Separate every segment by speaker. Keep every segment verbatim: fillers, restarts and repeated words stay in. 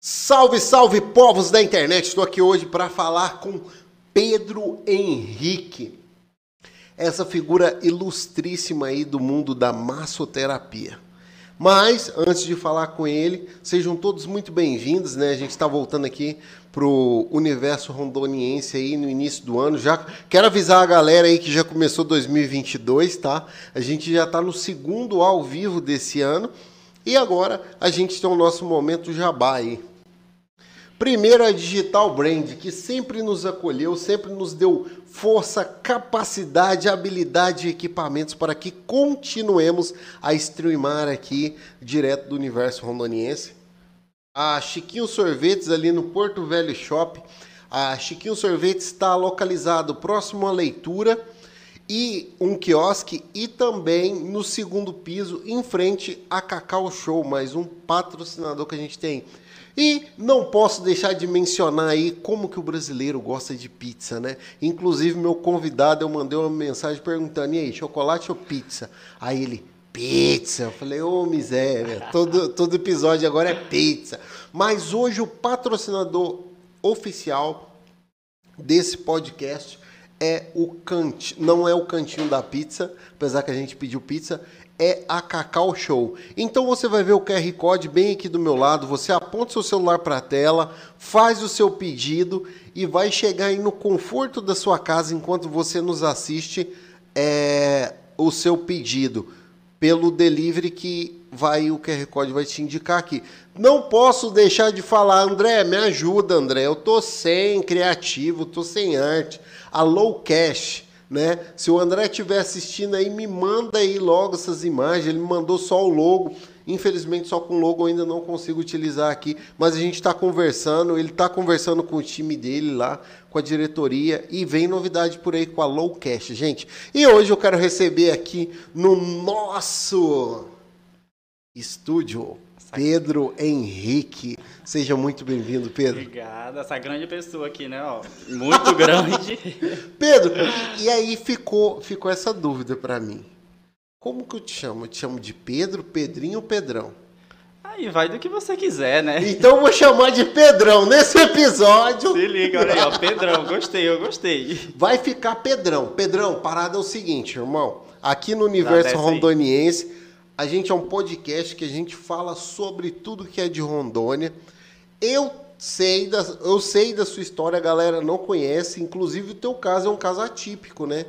Speaker 1: Salve, salve, povos da internet! Estou aqui hoje para falar com Pedro Henrique, essa figura ilustríssima aí do mundo da massoterapia. Mas, antes de falar com ele, sejam todos muito bem-vindos, né? A gente está voltando aqui pro universo rondoniense aí no início do ano. Já quero avisar a galera aí que já começou dois mil e vinte e dois, tá? A gente já está no segundo ao vivo desse ano e agora a gente tem o nosso momento jabá aí. Primeiro, a Digital Brand, que sempre nos acolheu, sempre nos deu força, capacidade, habilidade e equipamentos para que continuemos a streamar aqui, direto do universo rondoniense. A Chiquinho Sorvetes, ali no Porto Velho Shop. A Chiquinho Sorvetes está localizado próximo à Leitura e um quiosque e também no segundo piso, em frente a Cacau Show, mais um patrocinador que a gente tem. E não posso deixar de mencionar aí como que o brasileiro gosta de pizza, né? Inclusive, meu convidado, eu mandei uma mensagem perguntando, e aí, chocolate ou pizza? Aí ele, pizza. Eu falei, ô, oh, miséria, todo, todo episódio agora é pizza. Mas hoje o patrocinador oficial desse podcast é o cantinho, não é o Cantinho da Pizza, apesar que a gente pediu pizza, é a Cacau Show. Então você vai ver o Q R Code bem aqui do meu lado, você aponta seu celular para a tela, faz o seu pedido e vai chegar aí no conforto da sua casa enquanto você nos assiste é, o seu pedido pelo delivery que vai, o Q R Code vai te indicar aqui. Não posso deixar de falar, André, me ajuda, André, eu tô sem criativo, tô sem arte, a Low Cash. Né? Se o André estiver assistindo aí, me manda aí logo essas imagens. Ele me mandou só o logo. Infelizmente, só com o logo eu ainda não consigo utilizar aqui. Mas a gente está conversando. Ele está conversando com o time dele lá, com a diretoria. E vem novidade por aí com a Low Cash, gente. E hoje eu quero receber aqui no nosso estúdio Pedro Henrique. Seja muito bem-vindo, Pedro.
Speaker 2: Obrigado. Essa grande pessoa aqui, né? Ó, muito grande.
Speaker 1: Pedro, e aí ficou, ficou essa dúvida para mim. Como que eu te chamo? Eu te chamo de Pedro, Pedrinho ou Pedrão?
Speaker 2: Aí vai do que você quiser, né?
Speaker 1: Então eu vou chamar de Pedrão nesse episódio.
Speaker 2: Se liga, olha aí, ó. Pedrão, gostei, eu gostei.
Speaker 1: Vai ficar Pedrão. Pedrão, parada é o seguinte, irmão. Aqui no universo rondoniense, a gente é um podcast que a gente fala sobre tudo que é de Rondônia. Eu sei da, eu sei da sua história, a galera não conhece. Inclusive, o teu caso é um caso atípico, né?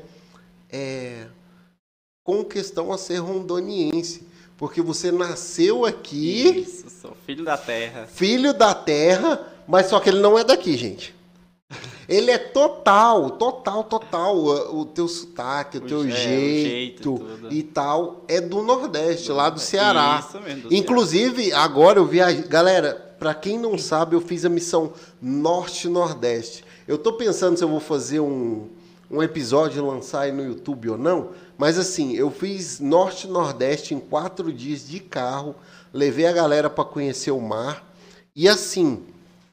Speaker 1: É, com questão a ser rondoniense. Porque você nasceu aqui...
Speaker 2: Isso, sou filho da terra.
Speaker 1: Filho da terra, mas só que ele não é daqui, gente. Ele é total, total, total. O, o teu sotaque, o, o teu é, jeito, o jeito e tal, é do Nordeste, do lá do Ceará. Isso mesmo, do Inclusive, Ceará. Agora eu viajei... Galera, para quem não sabe, eu fiz a missão Norte-Nordeste. Eu tô pensando se eu vou fazer um, um episódio e lançar aí no YouTube ou não, mas assim, eu fiz Norte-Nordeste em quatro dias de carro, levei a galera para conhecer o mar, e assim,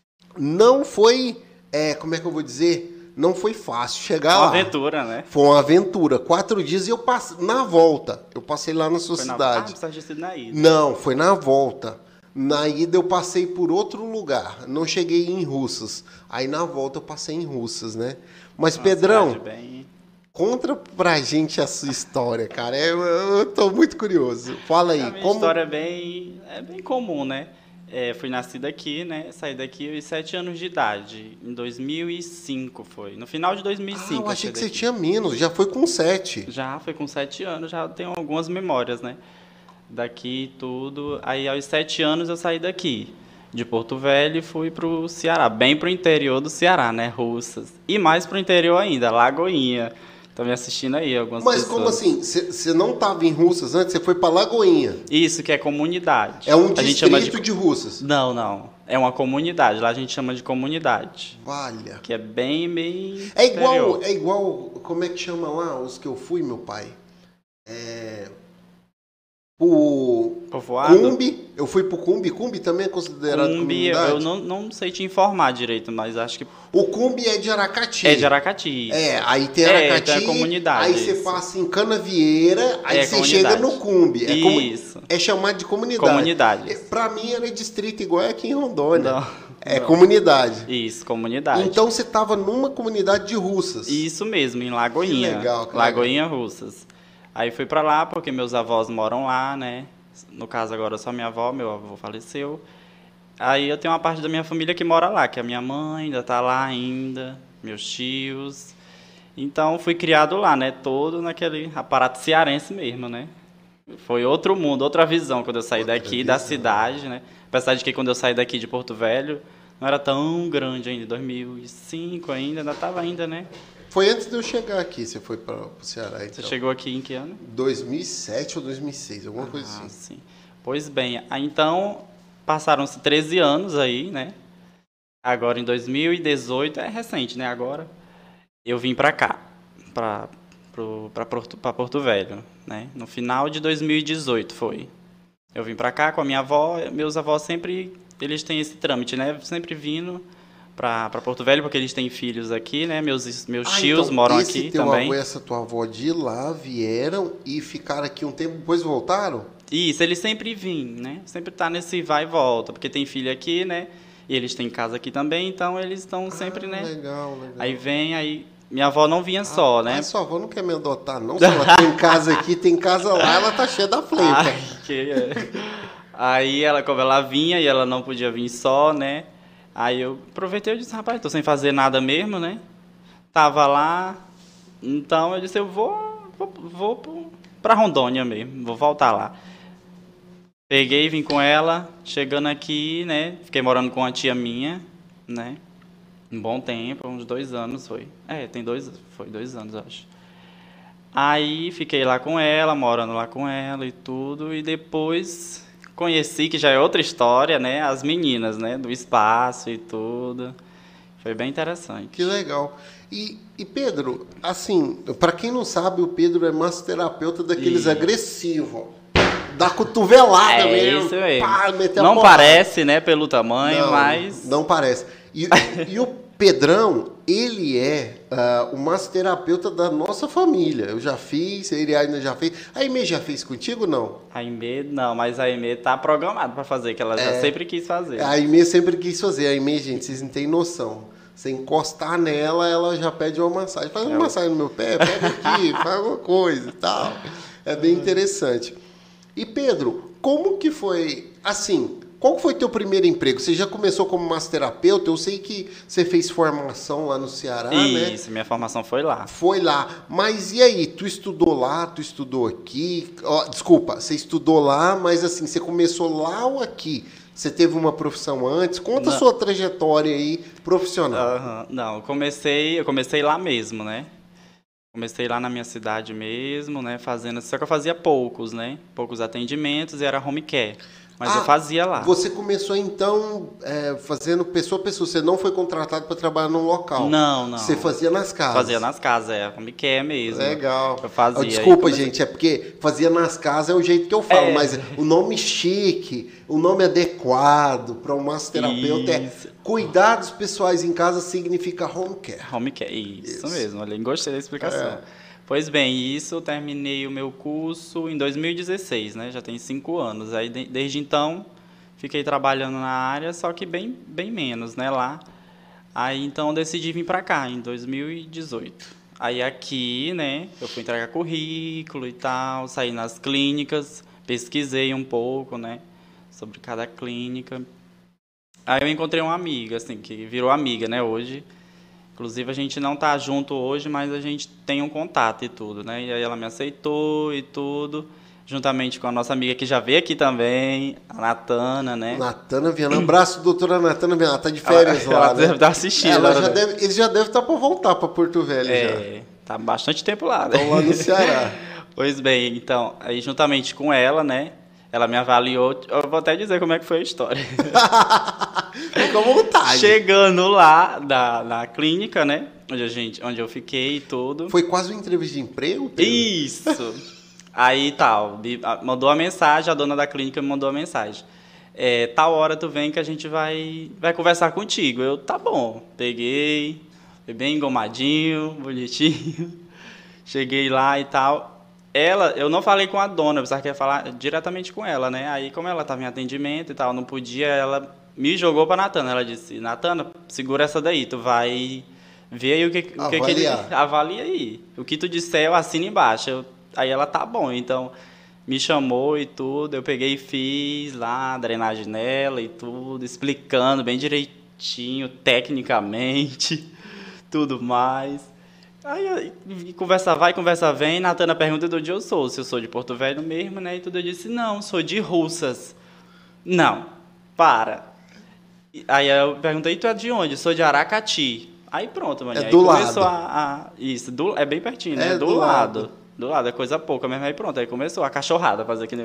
Speaker 1: não foi... É, como é que eu vou dizer? Não foi fácil chegar
Speaker 2: lá.
Speaker 1: Uma
Speaker 2: aventura, né?
Speaker 1: Foi uma aventura. Quatro dias e eu passei... Na volta. Eu passei lá na sua
Speaker 2: foi
Speaker 1: cidade.
Speaker 2: Na... Ah, você tinha na ida.
Speaker 1: Não, foi na volta. Na ida eu passei por outro lugar. Não cheguei em Russas. Aí na volta eu passei em Russas, né? Mas, uma Pedrão, bem... conta pra gente a sua história, cara. Eu, eu tô muito curioso. Fala aí.
Speaker 2: A minha
Speaker 1: como...
Speaker 2: história é bem, é bem comum, né? É, fui nascido aqui, né? Saí daqui aos sete anos de idade. Em dois mil e cinco foi. No final de dois mil e cinco.
Speaker 1: Ah, eu achei que
Speaker 2: daqui.
Speaker 1: você tinha menos. Já foi com sete.
Speaker 2: Já, foi com sete anos. Já tenho algumas memórias, né? Daqui tudo. Aí aos sete anos eu saí daqui. De Porto Velho e fui pro Ceará. Bem pro interior do Ceará, né? Russas. E mais pro interior ainda, Lagoinha. Tá me assistindo aí algumas
Speaker 1: Mas
Speaker 2: pessoas.
Speaker 1: como assim? Você não estava em Russas antes? Você foi para Lagoinha?
Speaker 2: Isso, que é comunidade.
Speaker 1: É um
Speaker 2: a
Speaker 1: distrito
Speaker 2: gente chama de...
Speaker 1: de Russas?
Speaker 2: Não, não. É uma comunidade. Lá a gente chama de comunidade.
Speaker 1: Valha.
Speaker 2: Que é bem, bem...
Speaker 1: É igual, é igual... Como é que chama lá os que eu fui, meu pai? É... O...
Speaker 2: Povoado?
Speaker 1: Cumbi. Eu fui pro Cumbi. Cumbi também é considerado
Speaker 2: Cumbi,
Speaker 1: comunidade?
Speaker 2: eu não, não sei te informar direito, mas acho que...
Speaker 1: O Cumbi é de Aracati.
Speaker 2: É de Aracati.
Speaker 1: É, aí tem Aracati,
Speaker 2: é, tem a comunidade,
Speaker 1: aí você
Speaker 2: isso.
Speaker 1: passa em Canavieira, aí
Speaker 2: É,
Speaker 1: você
Speaker 2: comunidade.
Speaker 1: chega no Cumbi. É comu-
Speaker 2: Isso.
Speaker 1: É chamado de comunidade.
Speaker 2: Comunidade.
Speaker 1: É, pra mim era distrito igual aqui em Rondônia.
Speaker 2: Não,
Speaker 1: é
Speaker 2: não.
Speaker 1: comunidade.
Speaker 2: Isso, comunidade.
Speaker 1: Então você tava numa comunidade de russas.
Speaker 2: Isso mesmo, em Lagoinha.
Speaker 1: Que legal, que
Speaker 2: Lagoinha Russas. Aí fui pra lá porque meus avós moram lá, né? No caso agora só minha avó, meu avô faleceu. Aí eu tenho uma parte da minha família que mora lá, que a minha mãe ainda tá lá ainda, meus tios. Então fui criado lá, né? Todo naquele aparato cearense mesmo, né? Foi outro mundo, outra visão quando eu saí
Speaker 1: Outra
Speaker 2: daqui,
Speaker 1: visão.
Speaker 2: da cidade, né? Apesar de que quando eu saí daqui de Porto Velho, não era tão grande ainda, dois mil e cinco ainda, ainda tava ainda, né?
Speaker 1: Foi antes de eu chegar aqui, você foi para o Ceará, então.
Speaker 2: Você chegou aqui em que ano?
Speaker 1: dois mil e sete ou dois mil e seis, alguma coisa
Speaker 2: Ah,
Speaker 1: assim.
Speaker 2: sim. Pois bem, aí então passaram-se treze anos aí, né? Agora em dois mil e dezoito, é recente, né? Agora eu vim pra cá, pra, pro, pra, Porto, pra Porto Velho, né? No final de dois mil e dezoito foi. Eu vim pra cá com a minha avó, meus avós sempre, eles têm esse trâmite, né? Sempre vindo pra, pra Porto Velho, porque eles têm filhos aqui, né? Meus, meus
Speaker 1: Ah,
Speaker 2: tios
Speaker 1: então
Speaker 2: moram
Speaker 1: esse
Speaker 2: aqui
Speaker 1: teu
Speaker 2: também.
Speaker 1: avô e essa tua avó de lá vieram e ficaram aqui um tempo, depois voltaram?
Speaker 2: Isso, eles sempre vêm, né? Sempre tá nesse vai e volta, porque tem filho aqui, né? E eles têm casa aqui também, então eles estão sempre,
Speaker 1: ah,
Speaker 2: né?
Speaker 1: Legal, legal.
Speaker 2: Aí vem, aí minha avó não vinha só,
Speaker 1: ah,
Speaker 2: né?
Speaker 1: Mas sua avó não quer me adotar, não? Se ela tem casa aqui, tem casa lá, ela tá cheia da fleita.
Speaker 2: Ai, que é. Aí ela, como ela vinha e ela não podia vir só, né? Aí eu aproveitei e disse, rapaz, tô sem fazer nada mesmo, né? Tava lá, então eu disse, eu vou, vou, vou pro- pra Rondônia mesmo, vou voltar lá. Peguei, vim com ela, chegando aqui, né? Fiquei morando com uma tia minha, né? Um bom tempo, uns dois anos foi. É, tem dois, foi dois anos, eu acho. Aí fiquei lá com ela, morando lá com ela e tudo, e depois conheci, que já é outra história, né? As meninas, né? Do espaço e tudo. Foi bem interessante.
Speaker 1: Que legal. E, e Pedro, assim, pra quem não sabe, o Pedro é massoterapeuta daqueles
Speaker 2: Isso.
Speaker 1: agressivos. Da cotovelada
Speaker 2: É
Speaker 1: mesmo.
Speaker 2: isso mesmo.
Speaker 1: Pá, meter a
Speaker 2: Não
Speaker 1: porrada.
Speaker 2: parece, né, pelo tamanho,
Speaker 1: Não,
Speaker 2: mas...
Speaker 1: Não parece. E, e o Pedrão, ele é ah, o massoterapeuta da nossa família. Eu já fiz, ele ainda já fez. A Aimee já fez contigo, não?
Speaker 2: A Aimee, não, mas a Aimee tá programada pra fazer, que ela já
Speaker 1: É.
Speaker 2: sempre quis fazer.
Speaker 1: A Aimee sempre quis fazer. A Aimee, gente, vocês não têm noção. Você encostar nela, ela já pede uma massagem. Faz uma
Speaker 2: É.
Speaker 1: massagem no meu pé, pega aqui, faz alguma coisa e tal. É bem interessante. E Pedro, como que foi, assim, qual foi teu primeiro emprego? Você já começou como massoterapeuta? Eu sei que você fez formação lá no Ceará, né?
Speaker 2: Isso, minha formação foi lá.
Speaker 1: Foi lá. Mas e aí? Tu estudou lá, tu estudou aqui? Ó, desculpa, você estudou lá, mas assim, você começou lá ou aqui? Você teve uma profissão antes? Conta a
Speaker 2: Não.
Speaker 1: sua trajetória aí profissional.
Speaker 2: Aham, não, eu comecei, eu comecei lá mesmo, né? Comecei lá na minha cidade mesmo, né? Fazendo, só que eu fazia poucos, né? Poucos atendimentos e era home care. Mas
Speaker 1: Ah,
Speaker 2: eu fazia lá.
Speaker 1: Você começou então é, fazendo pessoa a pessoa. Você não foi contratado para trabalhar num local.
Speaker 2: Não, não.
Speaker 1: Você fazia nas casas.
Speaker 2: Fazia nas casas, é, home care mesmo.
Speaker 1: Legal.
Speaker 2: Eu fazia.
Speaker 1: Oh, desculpa,
Speaker 2: Aí comecei-
Speaker 1: gente, é porque fazia nas casas é o jeito que eu falo,
Speaker 2: É.
Speaker 1: mas o nome chique, o nome adequado para um massoterapeuta
Speaker 2: Isso.
Speaker 1: é cuidados pessoais em casa significa home care.
Speaker 2: Home care, isso,
Speaker 1: Isso.
Speaker 2: mesmo. Olha, gostei da explicação.
Speaker 1: É.
Speaker 2: Pois bem, isso eu terminei o meu curso em dois mil e dezesseis, né? Já tem cinco anos. Aí de- desde então fiquei trabalhando na área, só que bem, bem menos, né? Lá. Aí então eu decidi vir para cá em dois mil e dezoito. Aí aqui, né? Eu fui entregar currículo e tal, saí nas clínicas, pesquisei um pouco, né? Sobre cada clínica. Aí eu encontrei uma amiga, assim, que virou amiga, né? Hoje. Inclusive, a gente não tá junto hoje, mas a gente tem um contato e tudo, né? E aí ela me aceitou e tudo, juntamente com a nossa amiga que já veio aqui também, a Natana, né?
Speaker 1: Natana Viana, um abraço, doutora Natana Viana, ela tá de férias
Speaker 2: ela,
Speaker 1: lá,
Speaker 2: ela
Speaker 1: né?
Speaker 2: deve estar assistindo.
Speaker 1: Ela
Speaker 2: né?
Speaker 1: já deve, eles já devem estar para voltar para Porto Velho já.
Speaker 2: É, tá bastante tempo lá, né?
Speaker 1: Estão lá no Ceará.
Speaker 2: Pois bem, então, aí juntamente com ela, né? Ela me avaliou, eu vou até dizer como é que foi a história.
Speaker 1: Fica à vontade.
Speaker 2: Chegando lá da, na clínica, né? Onde, a gente, onde eu fiquei e tudo.
Speaker 1: Foi quase uma entrevista de emprego, Pedro?
Speaker 2: Isso! Aí tal, me- a- mandou a mensagem, a dona da clínica me mandou a mensagem. é, tal hora tu vem que a gente vai, vai conversar contigo. Eu, tá bom. Peguei, foi bem engomadinho, bonitinho. Cheguei lá e tal. Ela, eu não falei com a dona, eu precisava que ia falar diretamente com ela, né? Aí, como ela estava em atendimento e tal, não podia, ela me jogou para Natana. Ela disse, Natana, segura essa daí, tu vai ver aí o que, o que, que ele... Avalia aí. O que tu disser, eu assino embaixo. Eu, aí ela, tá bom, então... Me chamou e tudo, eu peguei e fiz lá a drenagem nela e tudo, explicando bem direitinho, tecnicamente, tudo mais. Aí, conversa vai, conversa vem, Natana pergunta de onde eu sou, se eu sou de Porto Velho mesmo, né? E tudo, eu disse, não, sou de Russas. Não, para. Aí eu perguntei, tu é de onde? Sou de Aracati. Aí pronto, mano.
Speaker 1: É
Speaker 2: aí
Speaker 1: do
Speaker 2: começou
Speaker 1: lado.
Speaker 2: A, a... Isso, do, é bem pertinho, né?
Speaker 1: É
Speaker 2: do,
Speaker 1: do
Speaker 2: lado.
Speaker 1: lado.
Speaker 2: Do lado, é coisa pouca mesmo. Aí pronto, aí começou a cachorrada, fazer que nem...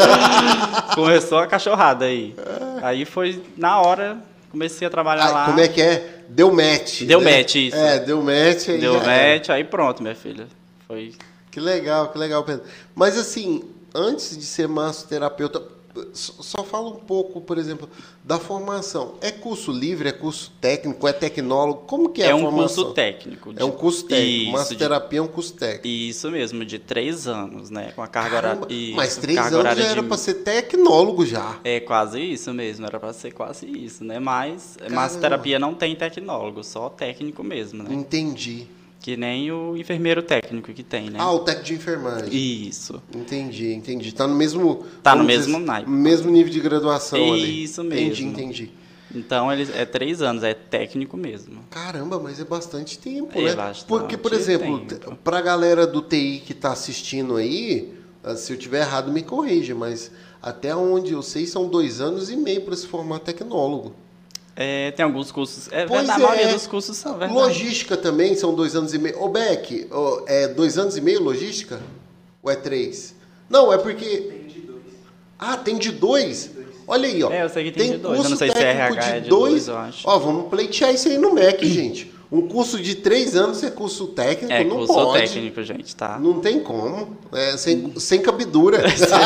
Speaker 2: Começou a cachorrada aí. Aí foi, na hora, comecei a trabalhar
Speaker 1: Ai,
Speaker 2: lá.
Speaker 1: Como é que é? Deu match.
Speaker 2: Deu
Speaker 1: né?
Speaker 2: match, isso.
Speaker 1: É, deu match. Aí
Speaker 2: Deu
Speaker 1: já era.
Speaker 2: match, aí pronto, minha filha. Foi...
Speaker 1: Que legal, que legal, Pedro. Mas assim, antes de ser massoterapeuta, só fala um pouco, por exemplo, da formação. É curso livre, é curso técnico, é tecnólogo? Como que é,
Speaker 2: É
Speaker 1: a
Speaker 2: um
Speaker 1: formação?
Speaker 2: curso técnico.
Speaker 1: É um curso técnico.
Speaker 2: Isso,
Speaker 1: Massoterapia é um curso técnico.
Speaker 2: de... Isso mesmo, de três anos, né? Com a carga
Speaker 1: Caramba,
Speaker 2: horária...
Speaker 1: mas
Speaker 2: Isso,
Speaker 1: três
Speaker 2: carga
Speaker 1: anos
Speaker 2: horária
Speaker 1: já era
Speaker 2: de-
Speaker 1: para ser tecnólogo já.
Speaker 2: É quase isso mesmo, era para ser quase isso, né? Mas
Speaker 1: Caramba.
Speaker 2: massoterapia não tem tecnólogo, só técnico mesmo, né?
Speaker 1: Entendi.
Speaker 2: Que nem o enfermeiro técnico que tem, né?
Speaker 1: Ah, o técnico de enfermagem.
Speaker 2: Isso.
Speaker 1: Entendi, entendi. Tá no mesmo...
Speaker 2: Tá no
Speaker 1: vamos
Speaker 2: mesmo
Speaker 1: dizer,
Speaker 2: naipe.
Speaker 1: mesmo nível de graduação ali.
Speaker 2: Isso
Speaker 1: Entendi,
Speaker 2: mesmo.
Speaker 1: entendi.
Speaker 2: Então, ele é três anos, é técnico mesmo.
Speaker 1: Caramba, mas é bastante tempo,
Speaker 2: É
Speaker 1: né?
Speaker 2: bastante
Speaker 1: Porque, por exemplo,
Speaker 2: tempo.
Speaker 1: para a galera do T I que está assistindo aí, se eu tiver errado, me corrija, mas até onde eu sei são dois anos e meio para se formar tecnólogo.
Speaker 2: É, tem alguns cursos. É
Speaker 1: Pois
Speaker 2: verdade, a maioria
Speaker 1: é.
Speaker 2: dos cursos são verdade.
Speaker 1: Logística também são dois anos e meio. Ô, Beck, ô, é dois anos e meio logística? Ou é três? Não, é porque...
Speaker 3: Tem de dois.
Speaker 1: Ah, tem de dois? Olha aí, ó.
Speaker 2: É, eu sei que tem de dois. Eu
Speaker 1: curso
Speaker 2: não sei se
Speaker 1: técnico
Speaker 2: R H é de
Speaker 1: dois.
Speaker 2: dois, eu acho.
Speaker 1: Ó, vamos pleitear isso aí no M E C, gente. Um curso de três anos é curso técnico?
Speaker 2: É,
Speaker 1: não
Speaker 2: curso
Speaker 1: pode.
Speaker 2: técnico, gente, tá?
Speaker 1: Não tem como. É, sem, sem cabidura.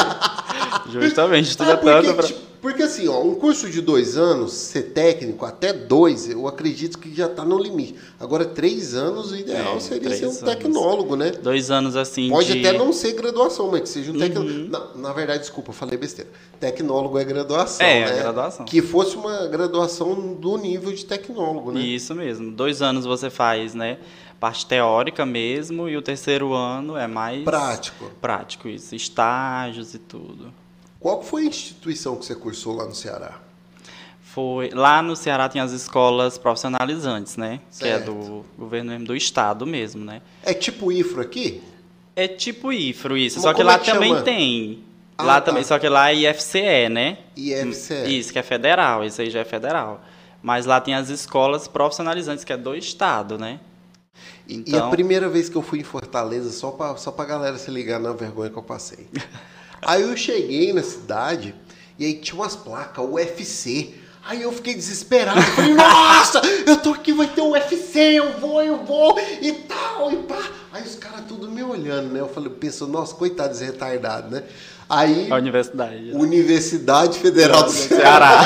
Speaker 2: Justamente, tudo
Speaker 1: É
Speaker 2: é tanto
Speaker 1: porque,
Speaker 2: pra...
Speaker 1: tipo, porque assim, ó, um curso de dois anos, ser técnico, até dois, eu acredito que já está no limite. Agora, três anos, o ideal
Speaker 2: É,
Speaker 1: seria ser um
Speaker 2: três anos.
Speaker 1: tecnólogo, né?
Speaker 2: Dois anos assim
Speaker 1: Pode
Speaker 2: de...
Speaker 1: até não ser graduação, mas que seja um
Speaker 2: Uhum.
Speaker 1: tecnólogo. Na, na verdade, desculpa, eu falei besteira. Tecnólogo é graduação,
Speaker 2: É,
Speaker 1: né?
Speaker 2: é graduação.
Speaker 1: Que fosse uma graduação do nível de tecnólogo, né?
Speaker 2: Isso mesmo. Dois anos você faz, né? Parte teórica mesmo, e o terceiro ano é mais...
Speaker 1: Prático.
Speaker 2: Prático, isso. Estágios e tudo.
Speaker 1: Qual foi a instituição que você cursou lá no Ceará?
Speaker 2: Foi... Lá no Ceará tem as escolas profissionalizantes, né? Que é
Speaker 1: Certo.
Speaker 2: do governo mesmo, do estado mesmo, né?
Speaker 1: É tipo o I F R O aqui?
Speaker 2: É tipo I F R O, isso.
Speaker 1: Mas
Speaker 2: Só que
Speaker 1: como
Speaker 2: lá
Speaker 1: é que
Speaker 2: também
Speaker 1: chama?
Speaker 2: tem.
Speaker 1: Ah,
Speaker 2: lá
Speaker 1: tá.
Speaker 2: também, só que lá é I F C E, né?
Speaker 1: I F C E.
Speaker 2: Isso, que é federal. Isso aí já é federal. Mas lá tem as escolas profissionalizantes, que é do estado, né?
Speaker 1: E- E a
Speaker 2: Então-
Speaker 1: primeira vez que eu fui em Fortaleza, só pra, só pra galera se ligar na vergonha que eu passei. Aí eu cheguei na cidade e aí tinha umas placas, U F C. Aí eu fiquei desesperado. Eu falei, nossa, eu tô aqui, vai ter o U F C, eu vou, eu vou, e tal, e pá. Aí os caras tudo me olhando, né? Eu falei, penso, nossa, coitado desse retardado, né? Aí,
Speaker 2: A universidade.
Speaker 1: Universidade Federal do Ceará.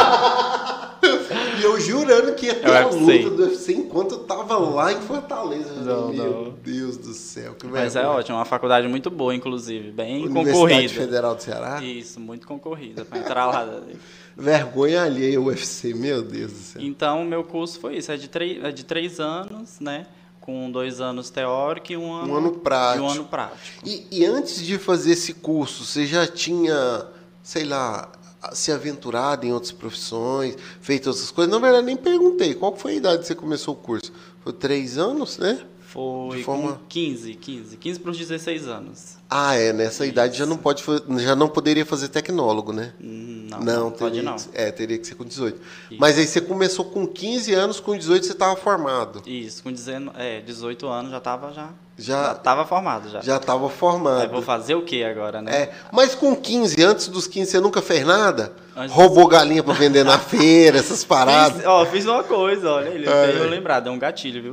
Speaker 2: Ceará.
Speaker 1: E eu jurando que ia ter
Speaker 2: É o
Speaker 1: a
Speaker 2: U F C.
Speaker 1: luta do U F C enquanto eu tava lá em Fortaleza.
Speaker 2: Não,
Speaker 1: Meu
Speaker 2: não.
Speaker 1: Deus do céu, que
Speaker 2: Mas é
Speaker 1: vergonha.
Speaker 2: ótimo, uma faculdade muito boa, inclusive. Bem
Speaker 1: Universidade
Speaker 2: concorrida.
Speaker 1: Federal do Ceará?
Speaker 2: Isso, muito concorrida para entrar lá.
Speaker 1: Vergonha alheia o U F C, meu Deus do céu.
Speaker 2: Então, o meu curso foi isso. É de, três, é de três anos, né? Com dois anos teórico e um ano,
Speaker 1: Um ano prático.
Speaker 2: E um ano prático.
Speaker 1: E, e antes de fazer esse curso, você já tinha, sei lá, se aventurado em outras profissões, feito outras coisas? Na verdade, nem perguntei. Qual foi a idade que você começou o curso? Foi três anos, né?
Speaker 2: Foi
Speaker 1: De forma-
Speaker 2: com quinze, quinze. quinze para os dezesseis anos.
Speaker 1: Ah, é. Nessa idade já não, pode, fa- já não poderia fazer tecnólogo, né?
Speaker 2: Hum, Não,
Speaker 1: Não,
Speaker 2: não pode
Speaker 1: teria
Speaker 2: não.
Speaker 1: que- é, teria que ser com dezoito.
Speaker 2: Isso.
Speaker 1: Mas aí você começou com quinze anos, com dezoito você estava formado.
Speaker 2: Isso, com dezenove, é, dezoito anos já estava já,
Speaker 1: Já-
Speaker 2: já tava formado já.
Speaker 1: Já estava
Speaker 2: Aí
Speaker 1: formado.
Speaker 2: vou fazer o que agora, né?
Speaker 1: É, mas com quinze, antes dos quinze, você nunca fez nada?
Speaker 2: Antes
Speaker 1: Roubou galinha para vender na feira, essas paradas?
Speaker 2: Fiz, ó, fiz uma coisa, olha, ele
Speaker 1: É.
Speaker 2: veio lembrar, deu um gatilho, viu?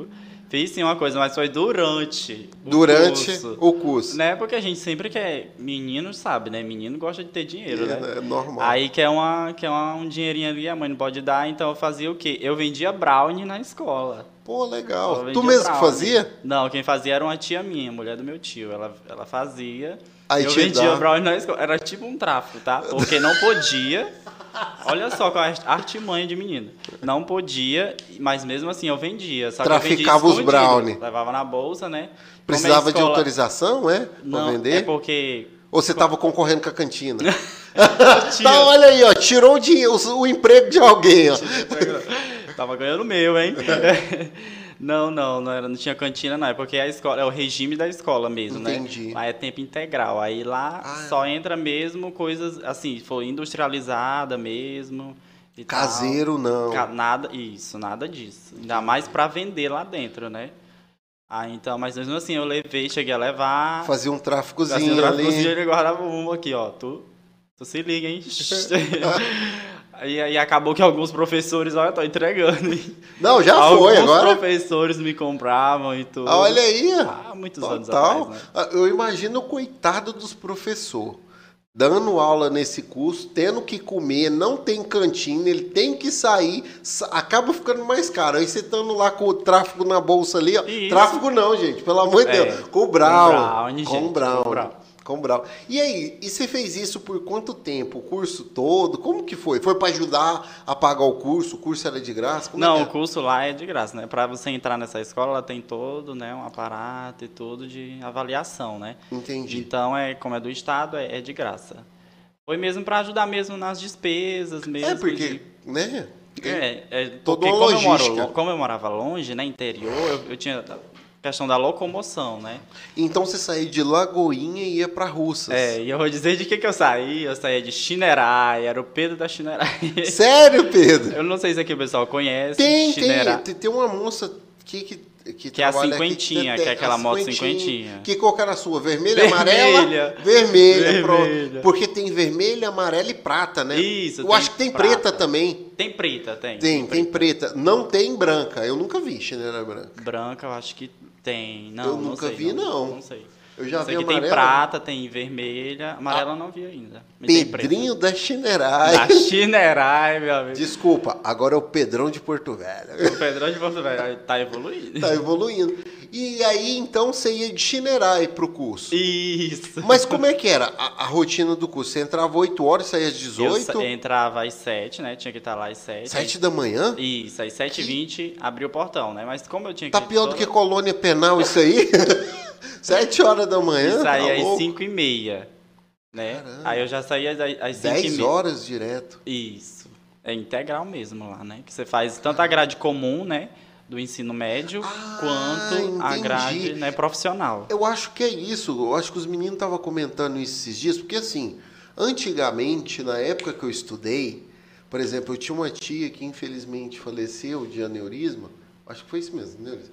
Speaker 2: Fiz sim uma coisa, mas foi durante o
Speaker 1: Durante
Speaker 2: curso.
Speaker 1: o curso.
Speaker 2: Né? Porque a gente sempre quer... Menino sabe, né? Menino gosta de ter dinheiro,
Speaker 1: É,
Speaker 2: né?
Speaker 1: é normal.
Speaker 2: Aí quer, uma, quer uma, um dinheirinho ali, a mãe não pode dar, então eu fazia o quê? Eu vendia brownie na escola.
Speaker 1: Pô,
Speaker 2: Eu
Speaker 1: legal. Tu
Speaker 2: vendia
Speaker 1: mesmo que
Speaker 2: brownie.
Speaker 1: fazia?
Speaker 2: Não, quem fazia era uma tia minha, mulher do meu tio. Ela, ela fazia.
Speaker 1: Aí
Speaker 2: eu
Speaker 1: te
Speaker 2: vendia
Speaker 1: dá.
Speaker 2: brownie na escola. Era tipo um tráfico, tá? Porque não podia. Olha só qual é a artimanha de menino. Não podia, mas mesmo assim eu vendia. Só que
Speaker 1: Traficava
Speaker 2: eu
Speaker 1: os
Speaker 2: vendia
Speaker 1: brownie.
Speaker 2: escondido. Levava na bolsa, né? Como
Speaker 1: Precisava
Speaker 2: a
Speaker 1: de
Speaker 2: escola-
Speaker 1: autorização, é? Pra
Speaker 2: Não,
Speaker 1: vender?
Speaker 2: é porque...
Speaker 1: Ou você tava concorrendo com a cantina?
Speaker 2: Tinha.
Speaker 1: Tá, olha aí, ó. Tirou o, dinheiro, o, o emprego de alguém, ó.
Speaker 2: Tava ganhando o meu, hein? Não, não, não, era, não tinha cantina, não. É porque a escola, é o regime da escola mesmo,
Speaker 1: Entendi.
Speaker 2: né? Lá é tempo integral. Aí lá
Speaker 1: Ah,
Speaker 2: só entra mesmo coisas, assim, se for industrializada mesmo. E tal.
Speaker 1: Caseiro, não.
Speaker 2: Ca- Nada, isso, nada disso. Ainda mais pra vender lá dentro, né? Ah, então, mas mesmo assim, eu levei, cheguei a levar.
Speaker 1: Fazia um tráficozinho
Speaker 2: Assim, eu
Speaker 1: ali.
Speaker 2: ali. Ele guardava uma aqui, ó. Tu, tu se liga, hein? E aí acabou que alguns professores, olha, eu tô entregando, hein?
Speaker 1: Não, já
Speaker 2: Alguns
Speaker 1: foi agora.
Speaker 2: professores me compravam e tudo.
Speaker 1: Ah, olha aí.
Speaker 2: Ah, muitos anos
Speaker 1: Total.
Speaker 2: atrás, né?
Speaker 1: Ah, eu imagino o coitado dos professores. Dando aula nesse curso, tendo que comer, não tem cantina, ele tem que sair, sa- acaba ficando mais caro. Aí você estando lá com o tráfego na bolsa ali, ó.
Speaker 2: Isso.
Speaker 1: Tráfego não, gente, pelo amor de
Speaker 2: É,
Speaker 1: Deus. Com o Brown.
Speaker 2: com brownie,
Speaker 1: Com
Speaker 2: gente,
Speaker 1: o Brown.
Speaker 2: com o brownie.
Speaker 1: Com o Brown. E aí, e você fez isso por quanto tempo? O curso todo? Como que foi? Foi para ajudar a pagar o curso? O curso era de graça? Como
Speaker 2: Não,
Speaker 1: é
Speaker 2: o
Speaker 1: que é?
Speaker 2: curso lá é de graça, né? Pra você entrar nessa escola, ela tem todo, né, um aparato e tudo de avaliação, né?
Speaker 1: Entendi.
Speaker 2: Então, é, como é do Estado, é, é de graça. Foi mesmo pra ajudar mesmo nas despesas mesmo.
Speaker 1: É porque,
Speaker 2: de-
Speaker 1: né?
Speaker 2: É, é
Speaker 1: Toda
Speaker 2: porque
Speaker 1: uma
Speaker 2: como eu, moro,
Speaker 1: logística.
Speaker 2: lo- como eu morava longe, né, interior, eu, eu tinha a questão da locomoção, né?
Speaker 1: Então você saía de Lagoinha e ia para Russas.
Speaker 2: É, e eu vou dizer de que que eu saí. Eu saía de Chinerai, era o Pedro da Chinerai.
Speaker 1: Sério, Pedro?
Speaker 2: Eu não sei se aqui o pessoal conhece.
Speaker 1: Tem,
Speaker 2: Chinerai.
Speaker 1: tem. Tem tem uma moça que, que, que
Speaker 2: Que é a
Speaker 1: trabalha aqui,
Speaker 2: cinquentinha,
Speaker 1: tem-
Speaker 2: que é aquela
Speaker 1: a
Speaker 2: moto cinquentinha.
Speaker 1: Que cor que era a sua? Vermelha,
Speaker 2: Vermelha.
Speaker 1: amarela? Vermelha.
Speaker 2: Vermelha.
Speaker 1: Pronto. Porque tem vermelha, amarela e prata, né?
Speaker 2: Isso,
Speaker 1: Eu
Speaker 2: tem
Speaker 1: acho que tem
Speaker 2: prata.
Speaker 1: preta também.
Speaker 2: Tem preta, tem.
Speaker 1: Tem, tem preta. Não tem branca. Eu nunca vi chinela branca.
Speaker 2: Branca, eu acho que tem. Não,
Speaker 1: Eu
Speaker 2: não
Speaker 1: nunca
Speaker 2: sei,
Speaker 1: vi, não.
Speaker 2: Não sei.
Speaker 1: Eu já
Speaker 2: Sei
Speaker 1: vi
Speaker 2: que tem
Speaker 1: amarela.
Speaker 2: prata, tem vermelha. Amarela eu não vi ainda. Mas tem preta.
Speaker 1: Pedrinho da Chinerai.
Speaker 2: Da Chinerai, meu amigo.
Speaker 1: Desculpa, agora é o Pedrão de Porto Velho.
Speaker 2: O Pedrão de Porto Velho tá evoluindo.
Speaker 1: Tá evoluindo. E aí, então, você ia de Chinerai pro curso.
Speaker 2: Isso.
Speaker 1: Mas como é que era a, a rotina do curso? Você entrava oito horas, saía às
Speaker 2: Eu
Speaker 1: dezoito?
Speaker 2: sa- entrava às sete, né? Tinha que estar lá às sete.
Speaker 1: sete da manhã?
Speaker 2: Isso, às sete e vinte abriu o portão, né? Mas como eu tinha que...
Speaker 1: Tá pior do que colônia penal isso aí? sete horas da manhã?
Speaker 2: E saía
Speaker 1: tá
Speaker 2: às
Speaker 1: louco?
Speaker 2: cinco e meia, né?
Speaker 1: Caramba.
Speaker 2: Aí eu já saía às- às cinco e
Speaker 1: dez
Speaker 2: meia.
Speaker 1: horas direto.
Speaker 2: Isso. É integral mesmo lá, né? Que você faz tanto a grade comum, né? Do ensino médio,
Speaker 1: Ah,
Speaker 2: quanto a
Speaker 1: entendi.
Speaker 2: grade, né, profissional.
Speaker 1: Eu acho que é isso. Eu acho que os meninos estavam comentando isso esses dias, porque assim, antigamente, na época que eu estudei, por exemplo, eu tinha uma tia que infelizmente faleceu de aneurisma, acho que foi isso mesmo, aneurisma.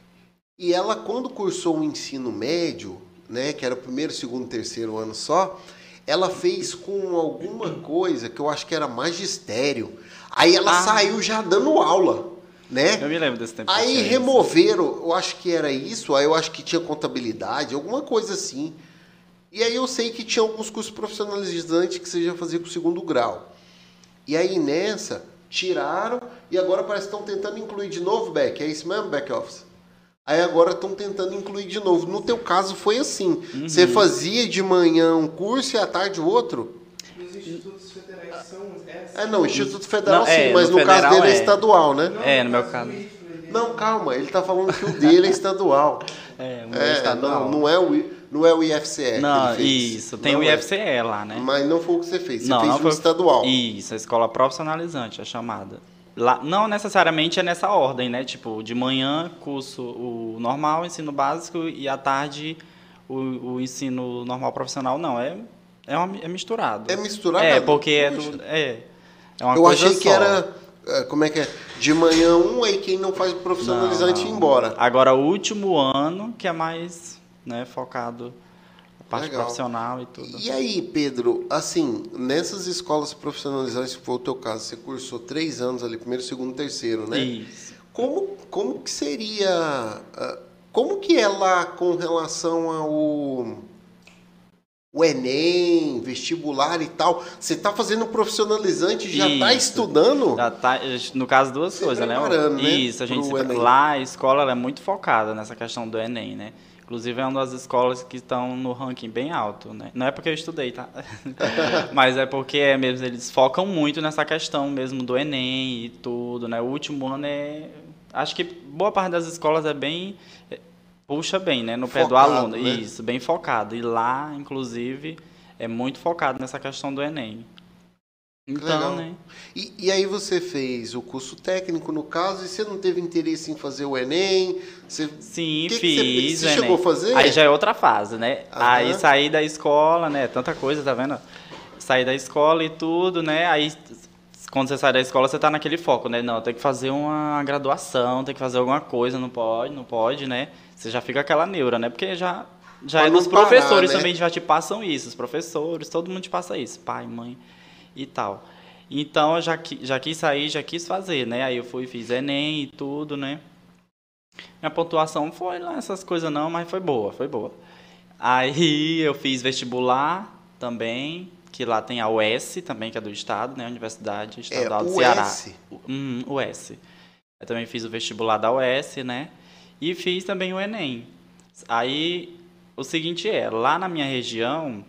Speaker 1: E ela, quando cursou o ensino médio, né, que era o primeiro, segundo, terceiro ano só, ela fez com alguma coisa que eu acho que era magistério. Aí ela
Speaker 2: Ah.
Speaker 1: saiu já dando aula, né?
Speaker 2: Eu me lembro desse tempo. que
Speaker 1: Aí
Speaker 2: tinha isso.
Speaker 1: removeram, eu acho que era isso, aí eu acho que tinha contabilidade, alguma coisa assim. E aí eu sei que tinha alguns cursos profissionalizantes que você já fazia com o segundo grau. E aí nessa, tiraram e agora parece que estão tentando incluir de novo back. É isso mesmo, back office? Aí agora estão tentando incluir de novo. No teu caso foi assim.
Speaker 2: Uhum.
Speaker 1: Você fazia de manhã um curso e à tarde o outro?
Speaker 3: Os institutos federais são essas.
Speaker 1: É, não, o Instituto Federal
Speaker 2: Não,
Speaker 1: sim,
Speaker 2: é,
Speaker 1: mas
Speaker 2: no
Speaker 1: no caso
Speaker 2: federal
Speaker 1: dele é
Speaker 2: é.
Speaker 1: estadual, né?
Speaker 2: É, no meu caso.
Speaker 1: Não, calma, ele tá falando que o dele é estadual.
Speaker 2: É, o meu
Speaker 1: É,
Speaker 2: estadual.
Speaker 1: não, não é o, I- não é o I F C E
Speaker 2: Não,
Speaker 1: que ele fez.
Speaker 2: isso. Tem
Speaker 1: Não
Speaker 2: o
Speaker 1: é.
Speaker 2: I F C E lá, né?
Speaker 1: Mas não foi o que você fez, você
Speaker 2: Não,
Speaker 1: fez
Speaker 2: não
Speaker 1: o
Speaker 2: foi-
Speaker 1: estadual.
Speaker 2: Isso, a escola profissionalizante, a chamada. Lá, não necessariamente é nessa ordem, né? Tipo, de manhã, curso o normal, ensino básico, e à tarde o, o ensino normal profissional. Não, é, é, uma, é misturado.
Speaker 1: É misturado?
Speaker 2: É, porque é
Speaker 1: Poxa.
Speaker 2: do. É, é uma
Speaker 1: Eu
Speaker 2: coisa
Speaker 1: achei que
Speaker 2: só.
Speaker 1: era, é, como é que é, de manhã um, aí quem não faz o profissionalizante
Speaker 2: Não,
Speaker 1: ia
Speaker 2: não.
Speaker 1: embora.
Speaker 2: Agora, o último ano, que é mais, né, focado na parte
Speaker 1: Legal.
Speaker 2: profissional e tudo.
Speaker 1: E aí, Pedro, assim, nessas escolas profissionalizantes, que foi o teu caso, você cursou três anos ali, primeiro, segundo, terceiro, né?
Speaker 2: Isso.
Speaker 1: Como, como que seria... ah, Como que é lá com relação ao o Enem, vestibular e tal? Você está fazendo profissionalizante, já está
Speaker 2: Isso.
Speaker 1: estudando?
Speaker 2: Já tá, no caso, duas
Speaker 1: Se
Speaker 2: coisas, né?
Speaker 1: preparando, né,
Speaker 2: Isso, a gente
Speaker 1: pro
Speaker 2: se, pre-
Speaker 1: Enem.
Speaker 2: lá a escola ela é muito focada nessa questão do Enem, né? Inclusive é uma das escolas que estão no ranking bem alto, né? Não é porque eu estudei, tá? Mas é porque é mesmo, eles focam muito nessa questão mesmo do Enem e tudo, né? O último ano é... Acho que boa parte das escolas é bem... Puxa bem, né? No pé do
Speaker 1: Focado,
Speaker 2: aluno.
Speaker 1: né?
Speaker 2: Isso, bem focado. E lá, inclusive, é muito focado nessa questão do Enem. Então,
Speaker 1: Legal.
Speaker 2: né?
Speaker 1: E, e aí você fez o curso técnico, no caso, e você não teve interesse em fazer o Enem? Você,
Speaker 2: Sim,
Speaker 1: que que
Speaker 2: fiz.
Speaker 1: você,
Speaker 2: o
Speaker 1: você
Speaker 2: Enem.
Speaker 1: chegou a fazer?
Speaker 2: Aí já é outra fase, né?
Speaker 1: Aham.
Speaker 2: Aí saí da escola, né? Tanta coisa, tá vendo? Saí da escola e tudo, né? Aí quando você sai da escola, você tá naquele foco, né? Não, tem que fazer uma graduação, tem que fazer alguma coisa, não pode, não pode, né? Você já fica aquela neura, né? Porque já, já
Speaker 1: Pra
Speaker 2: é
Speaker 1: não
Speaker 2: dos
Speaker 1: parar,
Speaker 2: professores
Speaker 1: né?
Speaker 2: também já te passam isso, os professores, todo mundo te passa isso, pai, mãe e tal. Então, eu já, qui- já quis sair, já quis fazer, né? Aí eu fui, fiz Enem e tudo, né? Minha pontuação foi lá essas coisas não, mas foi boa, foi boa. Aí eu fiz vestibular também, que lá tem a U E S também, que é do estado, né? Universidade Estadual do
Speaker 1: U E
Speaker 2: Ceará.
Speaker 1: S?
Speaker 2: Hum, U E S. Eu também fiz o vestibular da U E S, né? E fiz também o Enem. Aí, o seguinte é, lá na minha região,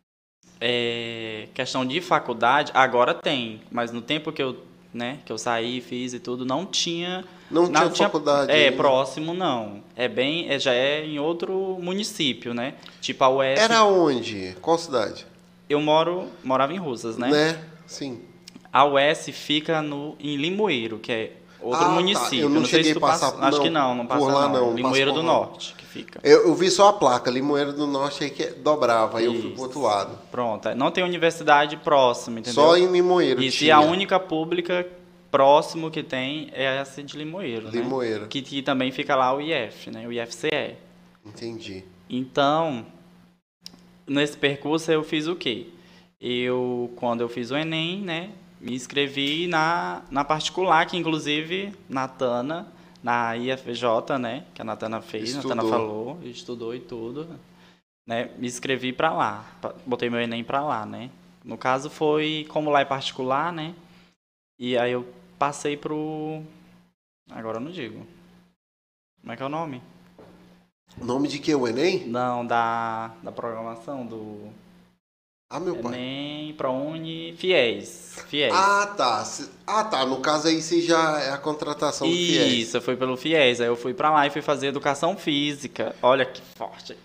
Speaker 2: é, questão de faculdade, agora tem, mas no tempo que eu, né, que eu saí, fiz e tudo, não tinha...
Speaker 1: Não tinha faculdade
Speaker 2: É,
Speaker 1: ainda.
Speaker 2: próximo não. É bem, é, já é em outro município, né? Tipo a U E S.
Speaker 1: Era onde? Qual cidade?
Speaker 2: Eu moro, morava em Russas, né?
Speaker 1: Sim.
Speaker 2: A U E S fica no, em Limoeiro, que é outro
Speaker 1: Ah, tá.
Speaker 2: município.
Speaker 1: Eu não
Speaker 2: sei
Speaker 1: cheguei
Speaker 2: se tu
Speaker 1: a passar-
Speaker 2: passa, acho
Speaker 1: não,
Speaker 2: que não, não
Speaker 1: por
Speaker 2: passa
Speaker 1: lá
Speaker 2: não.
Speaker 1: não, não
Speaker 2: Limoeiro
Speaker 1: passo
Speaker 2: do
Speaker 1: por lá.
Speaker 2: Norte que fica.
Speaker 1: Eu, eu vi só a placa, Limoeiro do Norte, aí que dobrava, aí eu fui
Speaker 2: Isso.
Speaker 1: pro outro lado.
Speaker 2: Pronto, é, não tem universidade próxima, entendeu?
Speaker 1: Só em Limoeiro
Speaker 2: Isso, e
Speaker 1: tinha.
Speaker 2: a única pública próximo que tem é essa de Limoeiro,
Speaker 1: Limoeiro.
Speaker 2: né? Que, que também fica lá o I F, né? O I F C E.
Speaker 1: Entendi.
Speaker 2: Então, nesse percurso eu fiz o quê? Eu, quando eu fiz o Enem, né, me inscrevi na, na particular, que inclusive Natana, na I F J, né, que a Natana fez, a
Speaker 1: Estudou.
Speaker 2: Natana falou, estudou e tudo, né, me inscrevi para lá, pa- botei meu Enem para lá, né. No caso foi, como lá é particular, né, e aí eu passei pro, agora eu não digo, como é que é o nome?
Speaker 1: Nome de que? O Enem?
Speaker 2: Não, da, da programação do
Speaker 1: Ah, meu pai.
Speaker 2: Enem, ProUni, Fiéis. Fiéis.
Speaker 1: Ah, tá. Se- Ah, tá. No caso aí você já é a contratação do Fiéis.
Speaker 2: Isso, eu fui pelo Fiéis. Aí eu fui pra lá e fui fazer educação física. Olha que forte.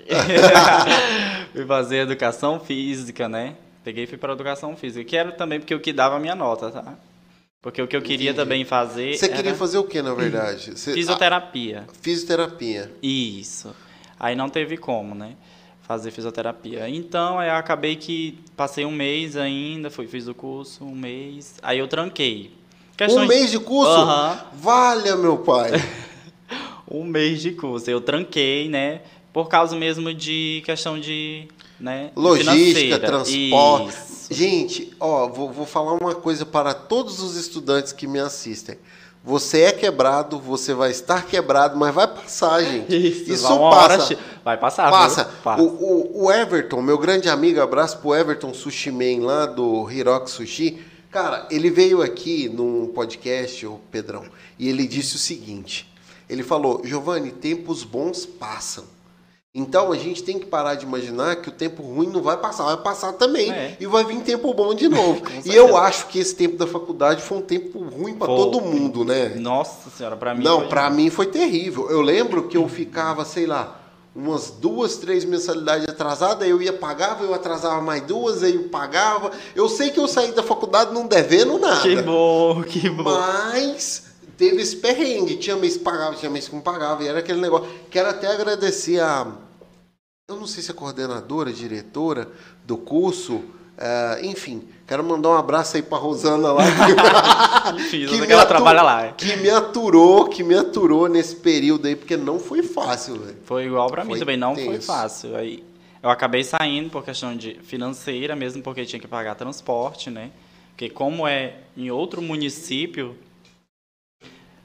Speaker 2: Fui fazer educação física, né? Peguei e fui para educação física. Que era também porque o que dava a minha nota, tá? Porque o que eu queria
Speaker 1: Entendi.
Speaker 2: também fazer
Speaker 1: Você
Speaker 2: era
Speaker 1: queria fazer o que, na verdade? Você...
Speaker 2: fisioterapia.
Speaker 1: Ah, fisioterapia.
Speaker 2: Isso. Aí não teve como, né? Fazer fisioterapia. Então, aí eu acabei que passei um mês ainda, fui, fiz o curso, um mês. Aí eu tranquei.
Speaker 1: Um
Speaker 2: Questões-
Speaker 1: mês de curso?
Speaker 2: Aham.
Speaker 1: Valha, meu pai.
Speaker 2: Um mês de curso. Eu tranquei, né? Por causa mesmo de questão de, né,
Speaker 1: Logística,
Speaker 2: financeira.
Speaker 1: transporte.
Speaker 2: Isso.
Speaker 1: Gente, ó, vou, vou falar uma coisa para todos os estudantes que me assistem. Você é quebrado, você vai estar quebrado, mas vai passar, gente.
Speaker 2: Isso,
Speaker 1: Isso
Speaker 2: vai uma hora
Speaker 1: passa.
Speaker 2: che- vai passar, viu?
Speaker 1: Passa.
Speaker 2: Passa.
Speaker 1: O, o, o Everton, meu grande amigo, abraço pro Everton Sushi Man lá do Hiroki Sushi. Cara, ele veio aqui num podcast, o Pedrão, e ele disse o seguinte. Ele falou, Giovanni, tempos bons passam. Então a gente tem que parar de imaginar que o tempo ruim não vai passar, vai passar também.
Speaker 2: É.
Speaker 1: E vai vir tempo bom de novo.
Speaker 2: Com
Speaker 1: E
Speaker 2: certeza.
Speaker 1: eu acho que esse tempo da faculdade foi um tempo ruim para
Speaker 2: Foi.
Speaker 1: todo mundo, né?
Speaker 2: Nossa senhora, pra mim
Speaker 1: Não,
Speaker 2: foi
Speaker 1: pra
Speaker 2: demais.
Speaker 1: mim foi terrível. Eu lembro que eu ficava, sei lá, umas duas, três mensalidades atrasadas, aí eu ia pagava, eu atrasava mais duas, aí eu pagava. Eu sei que eu saí da faculdade não devendo nada.
Speaker 2: Que bom, que bom.
Speaker 1: Mas teve esse perrengue. Tinha mês que pagava, tinha mês que não pagava. E era aquele negócio. Quero até agradecer a... Eu não sei se é coordenadora, diretora do curso. eh, enfim, quero mandar um abraço aí pra Rosana lá.
Speaker 2: Enfim,
Speaker 1: que
Speaker 2: que
Speaker 1: me
Speaker 2: ela
Speaker 1: atu-
Speaker 2: trabalha lá.
Speaker 1: Que me aturou, que me aturou nesse período aí, porque não foi fácil, velho.
Speaker 2: Foi igual pra mim
Speaker 1: Foi
Speaker 2: também, não foi
Speaker 1: tenso.
Speaker 2: fácil. Aí eu acabei saindo por questão de financeira, mesmo porque tinha que pagar transporte, né? Porque como é em outro município,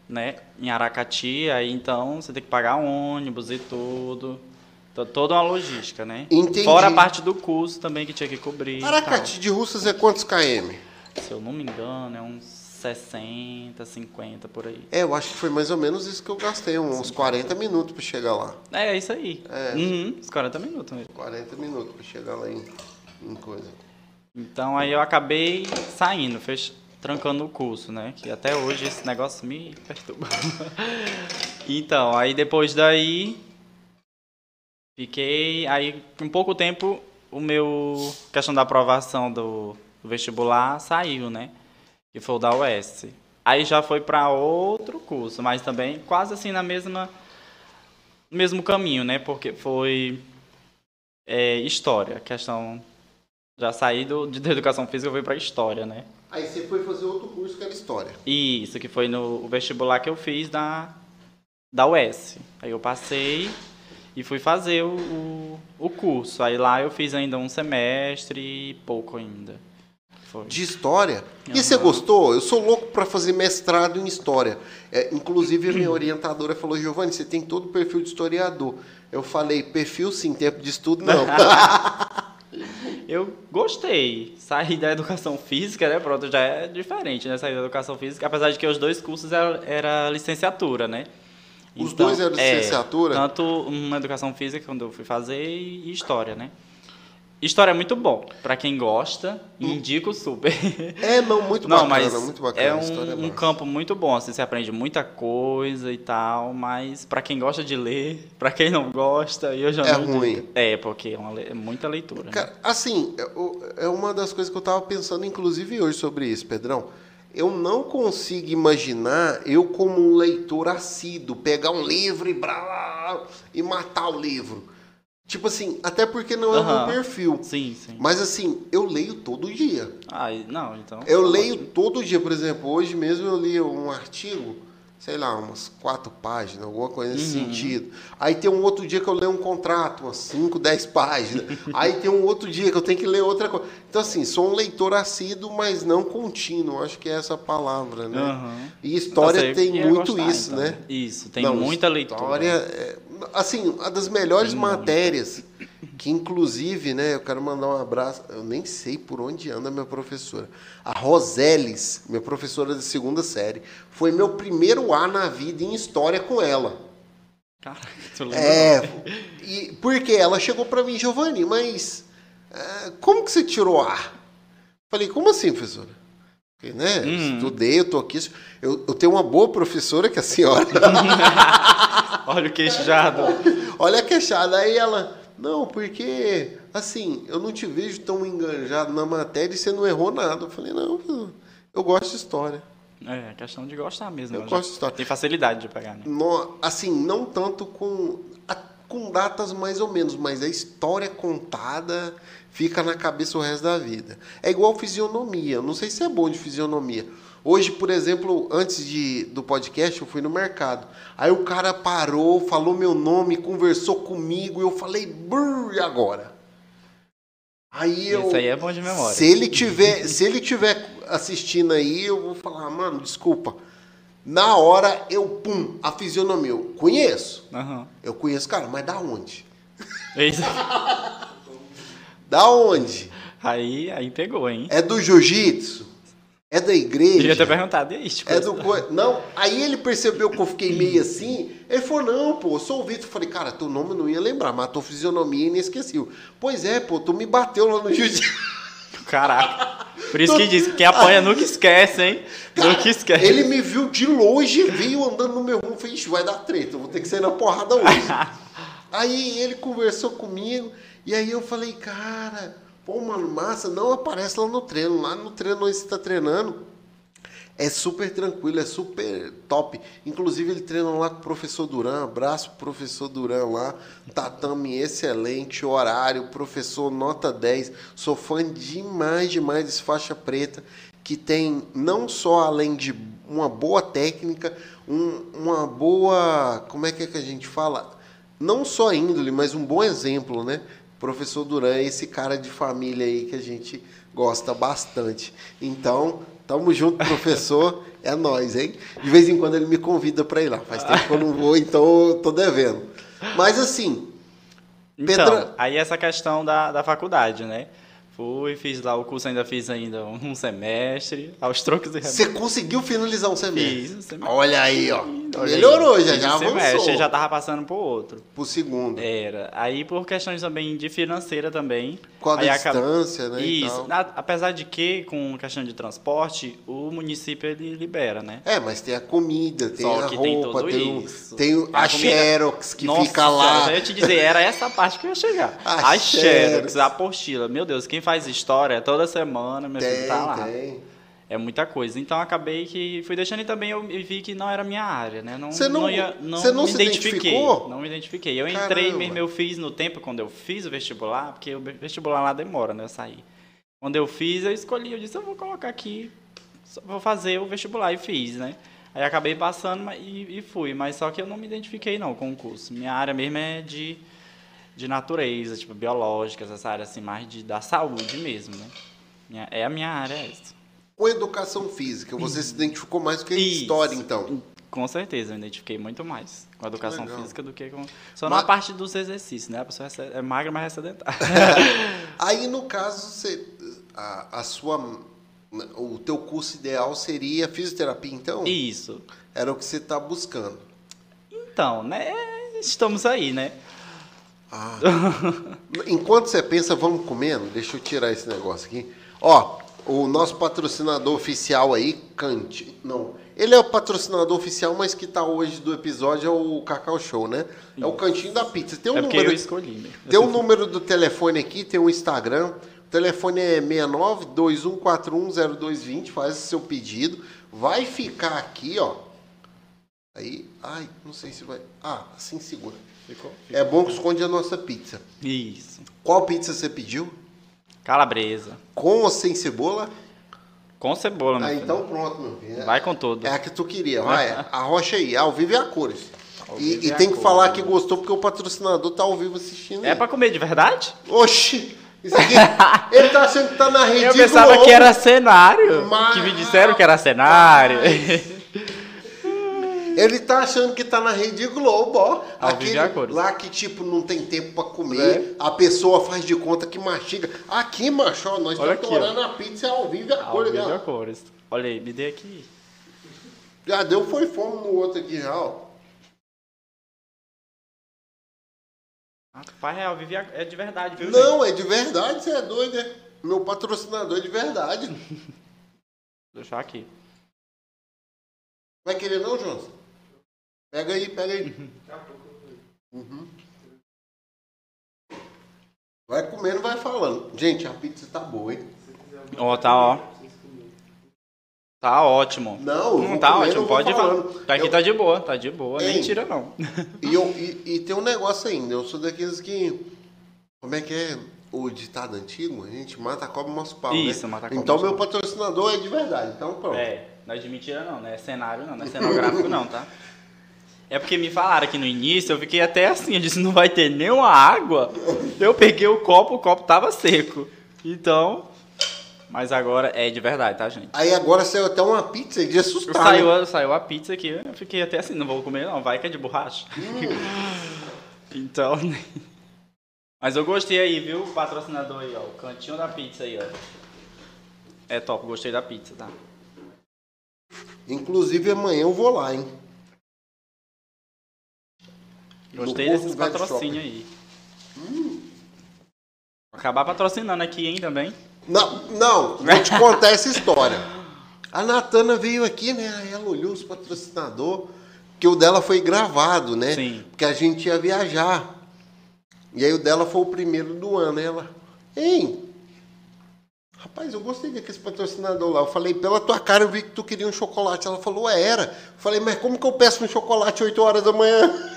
Speaker 2: né, em Aracati, aí então você tem que pagar ônibus e tudo. Então, toda uma logística, né?
Speaker 1: Entendi.
Speaker 2: Fora a parte do curso também que tinha que cobrir.
Speaker 1: Aracati de Russas é quantos km?
Speaker 2: Se eu não me engano, é uns sessenta, cinquenta por aí.
Speaker 1: É, eu acho que foi mais ou menos isso que eu gastei, uns quarenta minutos para chegar lá.
Speaker 2: É, é isso aí.
Speaker 1: É.
Speaker 2: Uhum, uns quarenta minutos mesmo.
Speaker 1: quarenta minutos para chegar lá em, em coisa.
Speaker 2: Então aí eu acabei saindo, fech... trancando o curso, né? Que até hoje esse negócio me perturba. Então, aí depois daí fiquei, aí em pouco tempo o meu questão da aprovação do, do vestibular saiu, né? Que foi o da U E S. Aí já foi para outro curso, mas também quase assim na mesma mesmo caminho, né? Porque foi é, história, questão já saí do, de educação física, eu fui para história, né?
Speaker 1: Aí você foi fazer outro curso que era história.
Speaker 2: Isso, que foi no o vestibular que eu fiz da da U E S. Aí eu passei e fui fazer o, o, o curso. Aí lá eu fiz ainda um semestre e pouco ainda. Foi.
Speaker 1: De história? E
Speaker 2: Uhum.
Speaker 1: você gostou? Eu sou louco para fazer mestrado em história. É, inclusive, a minha orientadora falou, Giovanni, você tem todo o perfil de historiador. Eu falei, perfil sim, tempo de estudo não.
Speaker 2: Eu gostei. Sair da educação física, né? Pronto, já é diferente, né? Sair da educação física, apesar de que os dois cursos era, era licenciatura, né?
Speaker 1: Os
Speaker 2: Então,
Speaker 1: dois eram licenciatura?
Speaker 2: É, tanto uma educação física, quando eu fui fazer, e história, né? História é muito bom. Pra quem gosta, indico super.
Speaker 1: É, não, muito
Speaker 2: Não,
Speaker 1: bacana,
Speaker 2: mas
Speaker 1: muito bacana.
Speaker 2: é
Speaker 1: a história é
Speaker 2: um, um
Speaker 1: massa.
Speaker 2: campo muito bom, assim, você aprende muita coisa e tal, mas pra quem gosta de ler, pra quem não gosta, eu já
Speaker 1: É
Speaker 2: não
Speaker 1: ruim.
Speaker 2: digo. É, porque é, uma, le- é muita leitura. Né?
Speaker 1: Cara, assim, é o- é uma das coisas que eu tava pensando, inclusive, hoje sobre isso, Pedrão. Eu não consigo imaginar eu como um leitor assíduo, pegar um livro e, blá, e matar o livro. Tipo assim, até porque não é o meu
Speaker 2: Aham.
Speaker 1: perfil.
Speaker 2: Sim, sim.
Speaker 1: Mas assim, eu leio todo dia.
Speaker 2: Ah, e- não, então...
Speaker 1: Eu
Speaker 2: tá
Speaker 1: leio
Speaker 2: ótimo.
Speaker 1: todo dia, por exemplo, hoje mesmo eu li um artigo, sei lá, umas quatro páginas, alguma coisa nesse
Speaker 2: Uhum.
Speaker 1: sentido. Aí tem um outro dia que eu leio um contrato, umas cinco, dez páginas. Aí tem um outro dia que eu tenho que ler outra coisa. Então, assim, sou um leitor assíduo, mas não contínuo. Acho que é essa a palavra, né?
Speaker 2: Aham.
Speaker 1: E história
Speaker 2: Então, você
Speaker 1: tem
Speaker 2: ia
Speaker 1: muito
Speaker 2: gostar,
Speaker 1: isso,
Speaker 2: então.
Speaker 1: né?
Speaker 2: Isso, tem
Speaker 1: Não,
Speaker 2: muita leitura.
Speaker 1: História, é, assim, uma das melhores
Speaker 2: Tem muita.
Speaker 1: matérias, que inclusive, né, eu quero mandar um abraço, eu nem sei por onde anda a minha professora. A Roseles, minha professora de segunda série, foi meu primeiro A na vida em história com ela.
Speaker 2: Caraca, tu lembra?
Speaker 1: É, e porque ela chegou para mim, Giovanni, mas é, como que você tirou A? Falei, como assim, professora? Porque, né,
Speaker 2: Hum.
Speaker 1: estudei, eu tô aqui, eu, eu tenho uma boa professora que é a senhora.
Speaker 2: Olha o queixado.
Speaker 1: Olha a queixada. Aí ela, não, porque, assim, eu não te vejo tão enganjado na matéria e você não errou nada. Eu falei, não, eu gosto de história.
Speaker 2: É, questão de gostar mesmo.
Speaker 1: Eu
Speaker 2: ela
Speaker 1: gosto
Speaker 2: já
Speaker 1: de história.
Speaker 2: Tem facilidade de pegar, né?
Speaker 1: No, assim, não tanto com, a- com datas mais ou menos, mas a história contada fica na cabeça o resto da vida. É igual fisionomia. Não sei se é bom de fisionomia. Hoje, por exemplo, antes de, do podcast, eu fui no mercado. Aí o cara parou, falou meu nome, conversou comigo, e eu falei, brrr, e agora? Aí eu,
Speaker 2: Isso aí é bom de memória.
Speaker 1: Se ele tiver, se ele tiver assistindo aí, eu vou falar, mano, desculpa. Na hora, eu, pum, a fisionomia. Eu conheço.
Speaker 2: Aham.
Speaker 1: Eu conheço, cara, mas da onde?
Speaker 2: É isso.
Speaker 1: Da onde?
Speaker 2: Aí, aí pegou, hein?
Speaker 1: É do jiu-jitsu? É da igreja?
Speaker 2: Devia ter perguntado, e aí? Tipo,
Speaker 1: É do co- Não, aí ele percebeu que eu fiquei meio assim. Ele falou: não, pô, eu sou o Vitor. Eu falei: cara, teu nome eu não ia lembrar, mas a tua fisionomia é inesquecível. Pois é, pô, tu me bateu lá no jiu-jitsu.
Speaker 2: Caraca. Por isso que diz que quem apanha nunca esquece, hein? Nunca esquece.
Speaker 1: Ele me viu de longe, veio andando no meu rumo. Eu falei: ixi, vai dar treta, eu vou ter que sair na porrada hoje. Aí ele conversou comigo, e aí eu falei: cara, pô, mano, massa, não aparece lá no treino. Lá no treino onde você tá treinando. É super tranquilo, é super top. Inclusive, ele treina lá com o professor Duran. Abraço pro professor Duran lá. Tatame excelente, horário, professor nota dez. Sou fã demais, demais desse faixa preta, que tem não só, além de uma boa técnica, um, uma boa... Como é que é que a gente fala? Não só índole, mas um bom exemplo, né? Professor Duran é esse cara de família aí que a gente gosta bastante. Então... Tamo junto, professor. É nóis, hein? De vez em quando ele me convida para ir lá. Faz tempo que eu não vou, então eu tô devendo. Mas assim...
Speaker 2: Então,
Speaker 1: Pedra...
Speaker 2: aí essa questão da, da faculdade, né? Fui, fiz lá o curso, ainda fiz ainda um semestre, aos trocos e
Speaker 1: Você conseguiu finalizar um semestre?
Speaker 2: Fiz um semestre.
Speaker 1: Olha aí, ó.
Speaker 2: Olha
Speaker 1: Melhorou,
Speaker 2: aí,
Speaker 1: já,
Speaker 2: fiz
Speaker 1: já
Speaker 2: um
Speaker 1: avançou.
Speaker 2: semestre, já tava passando pro outro.
Speaker 1: Pro segundo.
Speaker 2: Era. Aí por questões também de financeira também.
Speaker 1: Com a
Speaker 2: aí
Speaker 1: distância,
Speaker 2: acaba...
Speaker 1: né? e
Speaker 2: Isso.
Speaker 1: tal.
Speaker 2: Na- apesar de que, com questão de transporte, o município ele libera, né?
Speaker 1: É, mas tem a comida, tem
Speaker 2: Só
Speaker 1: a
Speaker 2: que
Speaker 1: roupa,
Speaker 2: tem tudo
Speaker 1: tem, o-
Speaker 2: isso.
Speaker 1: tem o-
Speaker 2: Tem a
Speaker 1: a
Speaker 2: comida.
Speaker 1: Xerox que
Speaker 2: Nossa
Speaker 1: fica lá.
Speaker 2: Senhora, eu ia te dizer, era essa parte que eu ia chegar.
Speaker 1: A
Speaker 2: A Xerox,
Speaker 1: Xerox.
Speaker 2: a apostila. Meu Deus, quem faz história toda semana, meu filho
Speaker 1: Tem,
Speaker 2: tá lá.
Speaker 1: tem.
Speaker 2: É muita coisa. Então acabei que fui deixando e também eu vi que não era minha área, né? Não,
Speaker 1: Você não-
Speaker 2: ia, não,
Speaker 1: você não
Speaker 2: me
Speaker 1: se
Speaker 2: identifiquei.
Speaker 1: identificou?
Speaker 2: Não me identifiquei. Eu entrei
Speaker 1: Caramba.
Speaker 2: mesmo, eu fiz no tempo quando eu fiz o vestibular, porque o vestibular lá demora, né? Eu saí. Quando eu fiz, eu escolhi, eu disse, eu vou colocar aqui, só vou fazer o vestibular e fiz, né? Aí acabei passando mas- e, e fui, mas só que eu não me identifiquei não com o curso. Minha área mesmo é de, de natureza, tipo biológicas, essa área assim, mais de, da saúde mesmo, né? Minha- é a minha área essa.
Speaker 1: Com educação física, você se identificou mais com a
Speaker 2: Isso.
Speaker 1: história, então.
Speaker 2: Com certeza, eu identifiquei muito mais com a educação
Speaker 1: Legal.
Speaker 2: física do que com... Só
Speaker 1: Mas-
Speaker 2: na parte dos exercícios, né? A pessoa é magra, mas é sedentária.
Speaker 1: Aí, no caso, você, a, a sua, o teu curso ideal seria fisioterapia, então?
Speaker 2: Isso.
Speaker 1: Era o que você está buscando.
Speaker 2: Então, né? Estamos aí, né?
Speaker 1: Ah. Enquanto você pensa, vamos comendo? Deixa eu tirar esse negócio aqui. Ó, o nosso patrocinador oficial aí, Cante... Não, ele é o patrocinador oficial, mas que tá hoje do episódio é o Cacau Show, né? É o Cantinho da Pizza. Tem um
Speaker 2: É porque
Speaker 1: número...
Speaker 2: eu escolhi, né?
Speaker 1: Tem um número do telefone aqui, tem um Instagram. O telefone é seis nove dois um quatro um zero dois dois zero. Faz o seu pedido. Vai ficar aqui, ó. Aí, ai, não sei se vai... Ah, assim segura.
Speaker 2: Ficou?
Speaker 1: É bom que esconde a nossa pizza.
Speaker 2: Isso.
Speaker 1: Qual pizza você pediu?
Speaker 2: Calabresa.
Speaker 1: Com ou sem cebola?
Speaker 2: Com cebola, meu
Speaker 1: Ah,
Speaker 2: filho.
Speaker 1: então pronto, meu filho.
Speaker 2: Vai com tudo.
Speaker 1: É a que tu queria, vai. Arrocha aí. Ao vivo é a cores.
Speaker 2: Ao
Speaker 1: E,
Speaker 2: vivo
Speaker 1: e
Speaker 2: é a
Speaker 1: tem que
Speaker 2: cores.
Speaker 1: falar que gostou, porque o patrocinador tá ao vivo assistindo.
Speaker 2: É
Speaker 1: aí.
Speaker 2: pra comer de verdade?
Speaker 1: Oxi! Isso aqui, ele tá achando que tá na rede
Speaker 2: Eu pensava
Speaker 1: Globo.
Speaker 2: que era cenário.
Speaker 1: Mas-
Speaker 2: Que me disseram que era cenário.
Speaker 1: Ele tá achando que tá na Rede Globo, ó.
Speaker 2: Ao
Speaker 1: Aquele
Speaker 2: vivo é a cores.
Speaker 1: lá que, tipo, não tem tempo pra comer, a pessoa faz de conta que mastiga. Aqui, macho, ó, nós
Speaker 2: Olha
Speaker 1: estamos
Speaker 2: aqui, ó.
Speaker 1: torando a pizza ao vivo e a
Speaker 2: Ao
Speaker 1: cores,
Speaker 2: vivo é
Speaker 1: já.
Speaker 2: a cores. Olha aí, me dê aqui.
Speaker 1: Já deu, foi fome no outro aqui já, ó.
Speaker 2: Rapaz, é ao vivo é a- é de verdade, viu,
Speaker 1: Não, é de verdade, você é doido, né? Meu patrocinador é de verdade.
Speaker 2: gente? Deixar aqui.
Speaker 1: Vai querer não, Jonas? Pega aí, pega aí. Uhum. Vai comendo, vai falando. Gente, a pizza tá boa, hein?
Speaker 2: Ó, tá, ó. Tá ótimo.
Speaker 1: Não, eu
Speaker 2: Não
Speaker 1: vou
Speaker 2: tá
Speaker 1: comendo,
Speaker 2: ótimo,
Speaker 1: eu vou
Speaker 2: pode
Speaker 1: falando.
Speaker 2: falar. Tá aqui
Speaker 1: Eu-
Speaker 2: tá de boa, tá de boa,
Speaker 1: Ei.
Speaker 2: nem tira não.
Speaker 1: E, eu, e, e tem um negócio ainda, eu sou daqueles que. Como é que é o ditado antigo? A gente mata a cobra e mostra o pau.
Speaker 2: Isso,
Speaker 1: né?
Speaker 2: mata a cobra e
Speaker 1: Então
Speaker 2: mostra
Speaker 1: meu
Speaker 2: o pau.
Speaker 1: patrocinador é de verdade. Então pronto.
Speaker 2: É, não é de mentira não, não é cenário não, não é cenográfico não, tá? É porque me falaram aqui no início, eu fiquei até assim, eu disse, não vai ter nenhuma água. Eu peguei o copo, o copo tava seco. Então, mas agora é de verdade, tá, gente?
Speaker 1: Aí agora saiu até uma pizza de assustar.
Speaker 2: Saiu,
Speaker 1: né?
Speaker 2: saiu a pizza aqui, eu fiquei até assim, não vou comer não, vai que é de borracha. Então, mas eu gostei aí, viu, o patrocinador aí, ó, o cantinho da pizza aí, ó. É top, gostei da pizza, tá?
Speaker 1: Inclusive amanhã eu vou lá, hein?
Speaker 2: Gostei
Speaker 1: No
Speaker 2: desses
Speaker 1: Porto Velho
Speaker 2: patrocínios aí. Vou acabar patrocinando aqui, hein, também.
Speaker 1: Não, não, vou te contar essa história. A Natana veio aqui, né? Aí ela olhou os patrocinadores, que o dela foi gravado, né?
Speaker 2: Sim.
Speaker 1: Porque a gente ia viajar. E aí o dela foi o primeiro do ano. Aí ela, hein? Rapaz, eu gostei daquele patrocinador lá. Eu falei, pela tua cara eu vi que tu queria um chocolate. Ela falou, é, era. Eu falei, mas como que eu peço um chocolate oito horas da manhã?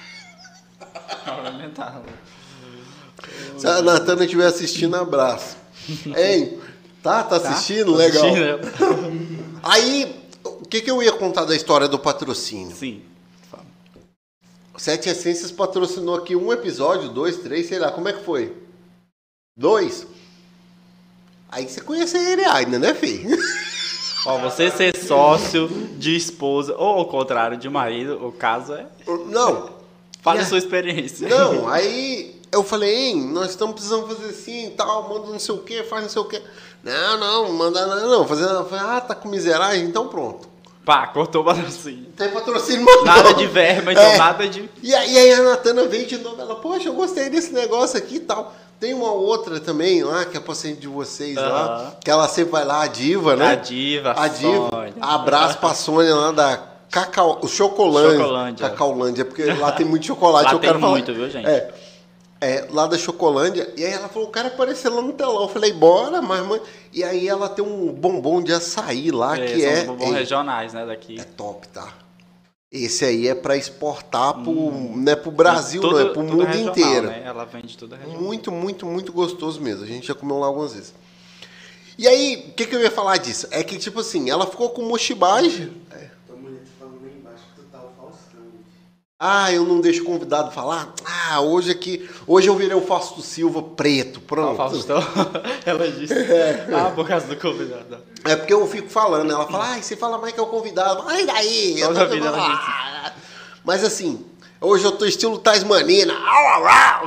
Speaker 1: Se a Natana estiver assistindo, abraço. Hein? Tá? Tá assistindo?
Speaker 2: Tá
Speaker 1: Legal.
Speaker 2: assistindo.
Speaker 1: Aí, o que, que eu ia contar da história do patrocínio?
Speaker 2: Sim.
Speaker 1: Sete Essências patrocinou aqui um episódio, dois, três, sei lá. Como é que foi? Dois? Aí você conhece ele ainda, né, filho?
Speaker 2: Ó, você ser sócio de esposa, ou ao contrário, de marido, o caso é...
Speaker 1: Não.
Speaker 2: Fale a
Speaker 1: Yeah.
Speaker 2: sua experiência.
Speaker 1: Não, aí eu falei, hein, nós estamos precisando fazer assim e tal, manda não sei o que, faz não sei o que. Não, não, manda não, não. Fazer, eu falei, ah, tá com miserável, então pronto.
Speaker 2: Pá, cortou o patrocínio.
Speaker 1: Tem patrocínio, mandou.
Speaker 2: Nada de verba, então
Speaker 1: É.
Speaker 2: nada de...
Speaker 1: E aí, e aí a Natana veio de novo, ela, poxa, eu gostei desse negócio aqui e tal. Tem uma outra também lá, que é paciente de vocês
Speaker 2: Aham.
Speaker 1: lá, que ela sempre vai lá, a Diva, né?
Speaker 2: A Diva,
Speaker 1: A Diva.
Speaker 2: Sônia.
Speaker 1: Abraço pra Sônia lá da Cacau, o Chocolândia.
Speaker 2: Chocolândia.
Speaker 1: Cacaulândia, porque lá tem muito chocolate.
Speaker 2: Lá
Speaker 1: eu
Speaker 2: tem
Speaker 1: quero falar-
Speaker 2: muito, viu, gente?
Speaker 1: É. É, lá da Chocolândia, e aí ela falou, o cara apareceu lá no telão. Eu falei, bora, mas mãe. E aí ela tem um bombom de açaí lá,
Speaker 2: É,
Speaker 1: que
Speaker 2: são
Speaker 1: é.
Speaker 2: os bombons
Speaker 1: Ei,
Speaker 2: regionais, né, daqui.
Speaker 1: é top, tá? Esse aí é pra exportar pro, não é pro Brasil,
Speaker 2: Tudo-
Speaker 1: não, é pro
Speaker 2: tudo
Speaker 1: mundo
Speaker 2: regional,
Speaker 1: inteiro.
Speaker 2: Né? Ela vende tudo regional.
Speaker 1: Muito, muito, muito gostoso mesmo. A gente já comeu lá algumas vezes. E aí, o que, que eu ia falar disso? É que, tipo assim, ela ficou com mochibagem.
Speaker 3: Tua mulher tá falando aí embaixo que tu tá o Faustão.
Speaker 1: Ah, eu não deixo o convidado falar. Ah, hoje aqui. Hoje eu virei o Fausto Silva preto.
Speaker 2: Ah,
Speaker 1: Pronto.
Speaker 2: o Faustão, ela disse. Ah, por causa do convidado.
Speaker 1: É porque eu fico falando. Ela fala, ai, você fala mais que é o convidado. Ai, daí? Eu
Speaker 2: Toda
Speaker 1: tô-
Speaker 2: vida ela
Speaker 1: Ah. Mas assim, hoje eu tô estilo Tasmanina. Au, au, au.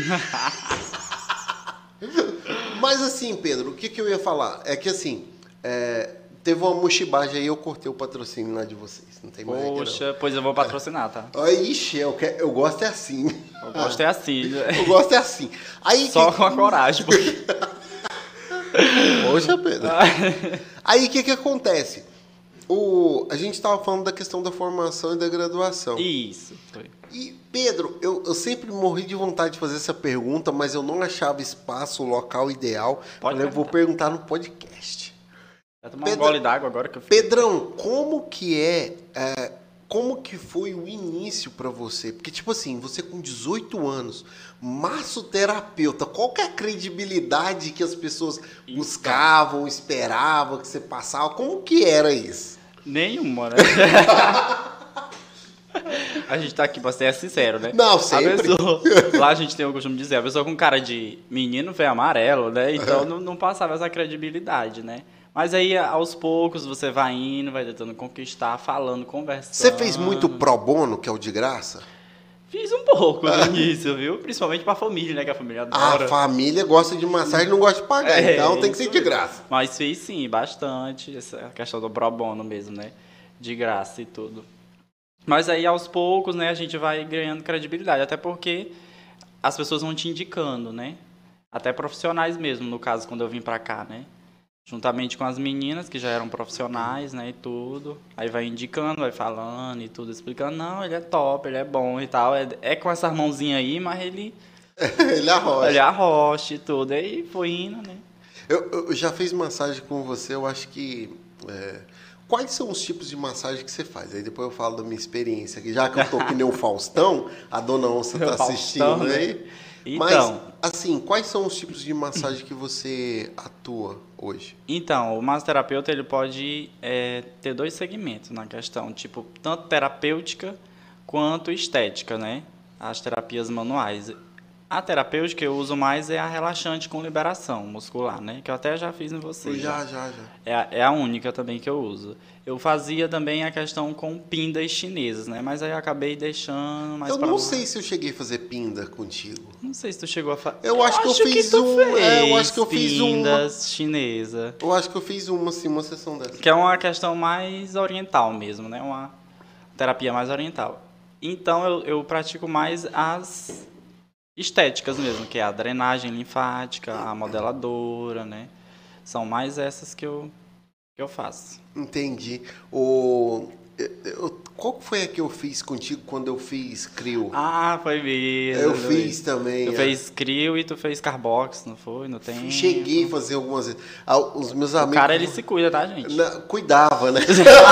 Speaker 1: Mas assim, Pedro, o que, que eu ia falar? É que assim, é, teve uma mochibagem aí, eu cortei o patrocínio lá de vocês. Não tem mais aqui,
Speaker 2: Poxa, pois eu vou patrocinar, tá?
Speaker 1: não. Ai, ixi, eu, que- eu gosto é assim.
Speaker 2: Eu gosto é assim.
Speaker 1: Eu gosto é assim. Aí,
Speaker 2: Só
Speaker 1: que-
Speaker 2: com a coragem. Porque...
Speaker 1: Poxa, Pedro. Aí o que, que acontece? O, a gente estava falando da questão da formação e da graduação.
Speaker 2: Isso. Foi.
Speaker 1: E, Pedro, eu, eu sempre morri de vontade de fazer essa pergunta, mas eu não achava espaço, o local ideal.
Speaker 2: Pode
Speaker 1: Falei, eu vou perguntar no podcast.
Speaker 2: Vai tomar
Speaker 1: Pedro-
Speaker 2: um gole d'água agora que eu fiquei.
Speaker 1: Pedrão, como que é, é, como que foi o início para você? Porque, tipo assim, você com dezoito anos, massoterapeuta, qual que é a credibilidade que as pessoas buscavam, esperavam que você passava? Como que era isso?
Speaker 2: Nenhuma, né? A gente tá aqui pra ser sincero, né?
Speaker 1: Não,
Speaker 2: A
Speaker 1: sempre.
Speaker 2: pessoa, lá a gente tem o costume de dizer, a pessoa com cara de menino veio amarelo, né? Então não, não passava essa credibilidade, né? Mas aí, aos poucos, você vai indo, vai tentando conquistar, falando, conversando.
Speaker 1: Você fez muito pro bono, que é o de graça?
Speaker 2: Fiz um pouco no início, viu? Principalmente pra família, né? Que a família adora.
Speaker 1: A família gosta de massagem e não gosta de pagar,
Speaker 2: É,
Speaker 1: então tem que
Speaker 2: isso
Speaker 1: ser de
Speaker 2: mesmo.
Speaker 1: graça.
Speaker 2: Mas fiz sim, bastante. Essa questão do pro bono mesmo, né? De graça e tudo. Mas aí, aos poucos, né, a gente vai ganhando credibilidade. Até porque as pessoas vão te indicando, né? Até profissionais mesmo, no caso, quando eu vim pra cá, né? Juntamente com as meninas que já eram profissionais, né, e tudo. Aí vai indicando, vai falando e tudo, explicando. Não, ele é top, ele é bom e tal. É, é com essa mãozinha aí, mas ele...
Speaker 1: Ele arrocha.
Speaker 2: Ele arrocha e tudo. Aí foi indo, né?
Speaker 1: Eu, eu já fiz massagem com você, eu acho que... é, quais são os tipos de massagem que você faz? Aí depois eu falo da minha experiência aqui. Já que eu tô que nem o Faustão, a dona Onça tá
Speaker 2: O Faustão,
Speaker 1: assistindo
Speaker 2: né?
Speaker 1: aí.
Speaker 2: Então.
Speaker 1: Mas, assim, quais são os tipos de massagem que você atua hoje?
Speaker 2: Então, o massoterapeuta ele pode é, ter dois segmentos na questão, tipo, tanto terapêutica quanto estética, né? As terapias manuais. A terapêutica eu uso mais é a relaxante com liberação muscular, né? Que eu até já fiz em você.
Speaker 1: Já, já, já.
Speaker 2: É a, é a única também que eu uso. Eu fazia também a questão com pindas chinesas, né? Mas aí eu acabei deixando mais
Speaker 1: Eu
Speaker 2: pra
Speaker 1: não
Speaker 2: lá.
Speaker 1: sei se eu cheguei a fazer pinda contigo.
Speaker 2: Não sei se tu chegou a fazer.
Speaker 1: Eu acho que eu fiz
Speaker 2: tu
Speaker 1: um-
Speaker 2: fez
Speaker 1: é, eu acho que eu fiz uma.
Speaker 2: pindas chinesa.
Speaker 1: Eu acho que eu fiz uma, assim, uma sessão dessa.
Speaker 2: Que é uma questão mais oriental mesmo, né? Uma terapia mais oriental. Então eu, eu pratico mais as estéticas mesmo, que é a drenagem linfática, a modeladora, né? São mais essas que eu, que eu faço.
Speaker 1: Entendi. O... eu- eu- qual foi a que eu fiz contigo quando eu fiz crio?
Speaker 2: Ah, foi mesmo.
Speaker 1: eu fiz também.
Speaker 2: Tu
Speaker 1: é.
Speaker 2: fez Crio e tu fez Carbox, não foi? Não tem.
Speaker 1: Cheguei a fazer algumas vezes. Ah, os meus
Speaker 2: O
Speaker 1: amigos...
Speaker 2: cara, ele se cuida, tá, gente?
Speaker 1: Na- cuidava, né?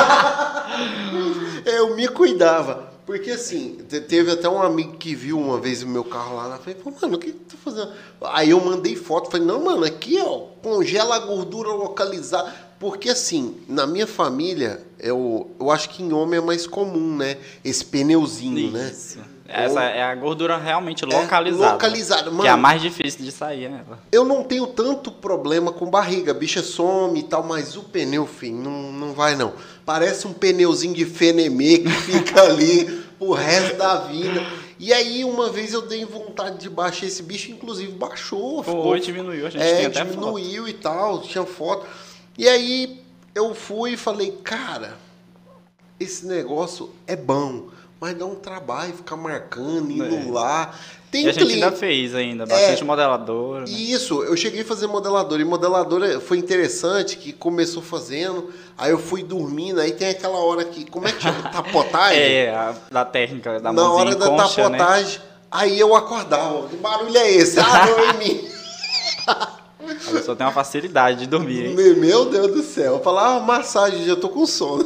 Speaker 1: Eu me cuidava. Porque assim, te- teve até um amigo que viu uma vez o meu carro lá na frente e falou, mano, o que que tu tá fazendo? Aí eu mandei foto, falei, não, mano, aqui, ó, congela a gordura localizada. Porque assim, na minha família, eu, eu acho que em homem é mais comum, né? Esse pneuzinho, né?
Speaker 2: Isso. Essa
Speaker 1: Eu-
Speaker 2: é a gordura realmente localizada.
Speaker 1: É, localizada,
Speaker 2: Que é a
Speaker 1: mano.
Speaker 2: mais difícil de sair, né?
Speaker 1: Eu não tenho tanto problema com barriga, a bicha some e tal, mas o pneu, filho, não, não vai não. Parece um pneuzinho de fenemê que fica ali o resto da vida. E aí, uma vez eu dei vontade de baixar esse bicho, inclusive baixou.
Speaker 2: Foi, diminuiu, a gente
Speaker 1: é,
Speaker 2: tem até
Speaker 1: diminuiu e tal, tinha foto. E aí, eu fui e falei, cara, esse negócio é bom, mas dá um trabalho ficar marcando, indo
Speaker 2: É.
Speaker 1: lá. Tem
Speaker 2: E a gente
Speaker 1: cliente-
Speaker 2: ainda fez ainda, bastante modeladora. Né?
Speaker 1: Isso, eu cheguei a fazer modeladora, e modeladora foi interessante, que começou fazendo, aí eu fui dormindo, aí tem aquela hora que, como é que chama? Tapotagem?
Speaker 2: É, a, da técnica da
Speaker 1: Na
Speaker 2: mãozinha
Speaker 1: hora
Speaker 2: em
Speaker 1: da
Speaker 2: concha, né?
Speaker 1: tapotagem, aí eu acordava, que barulho é esse? Ah, não, é mim.
Speaker 2: A pessoa tem uma facilidade de dormir, hein?
Speaker 1: Meu meu Deus do céu, eu falava, ah, massagem, já tô com sono.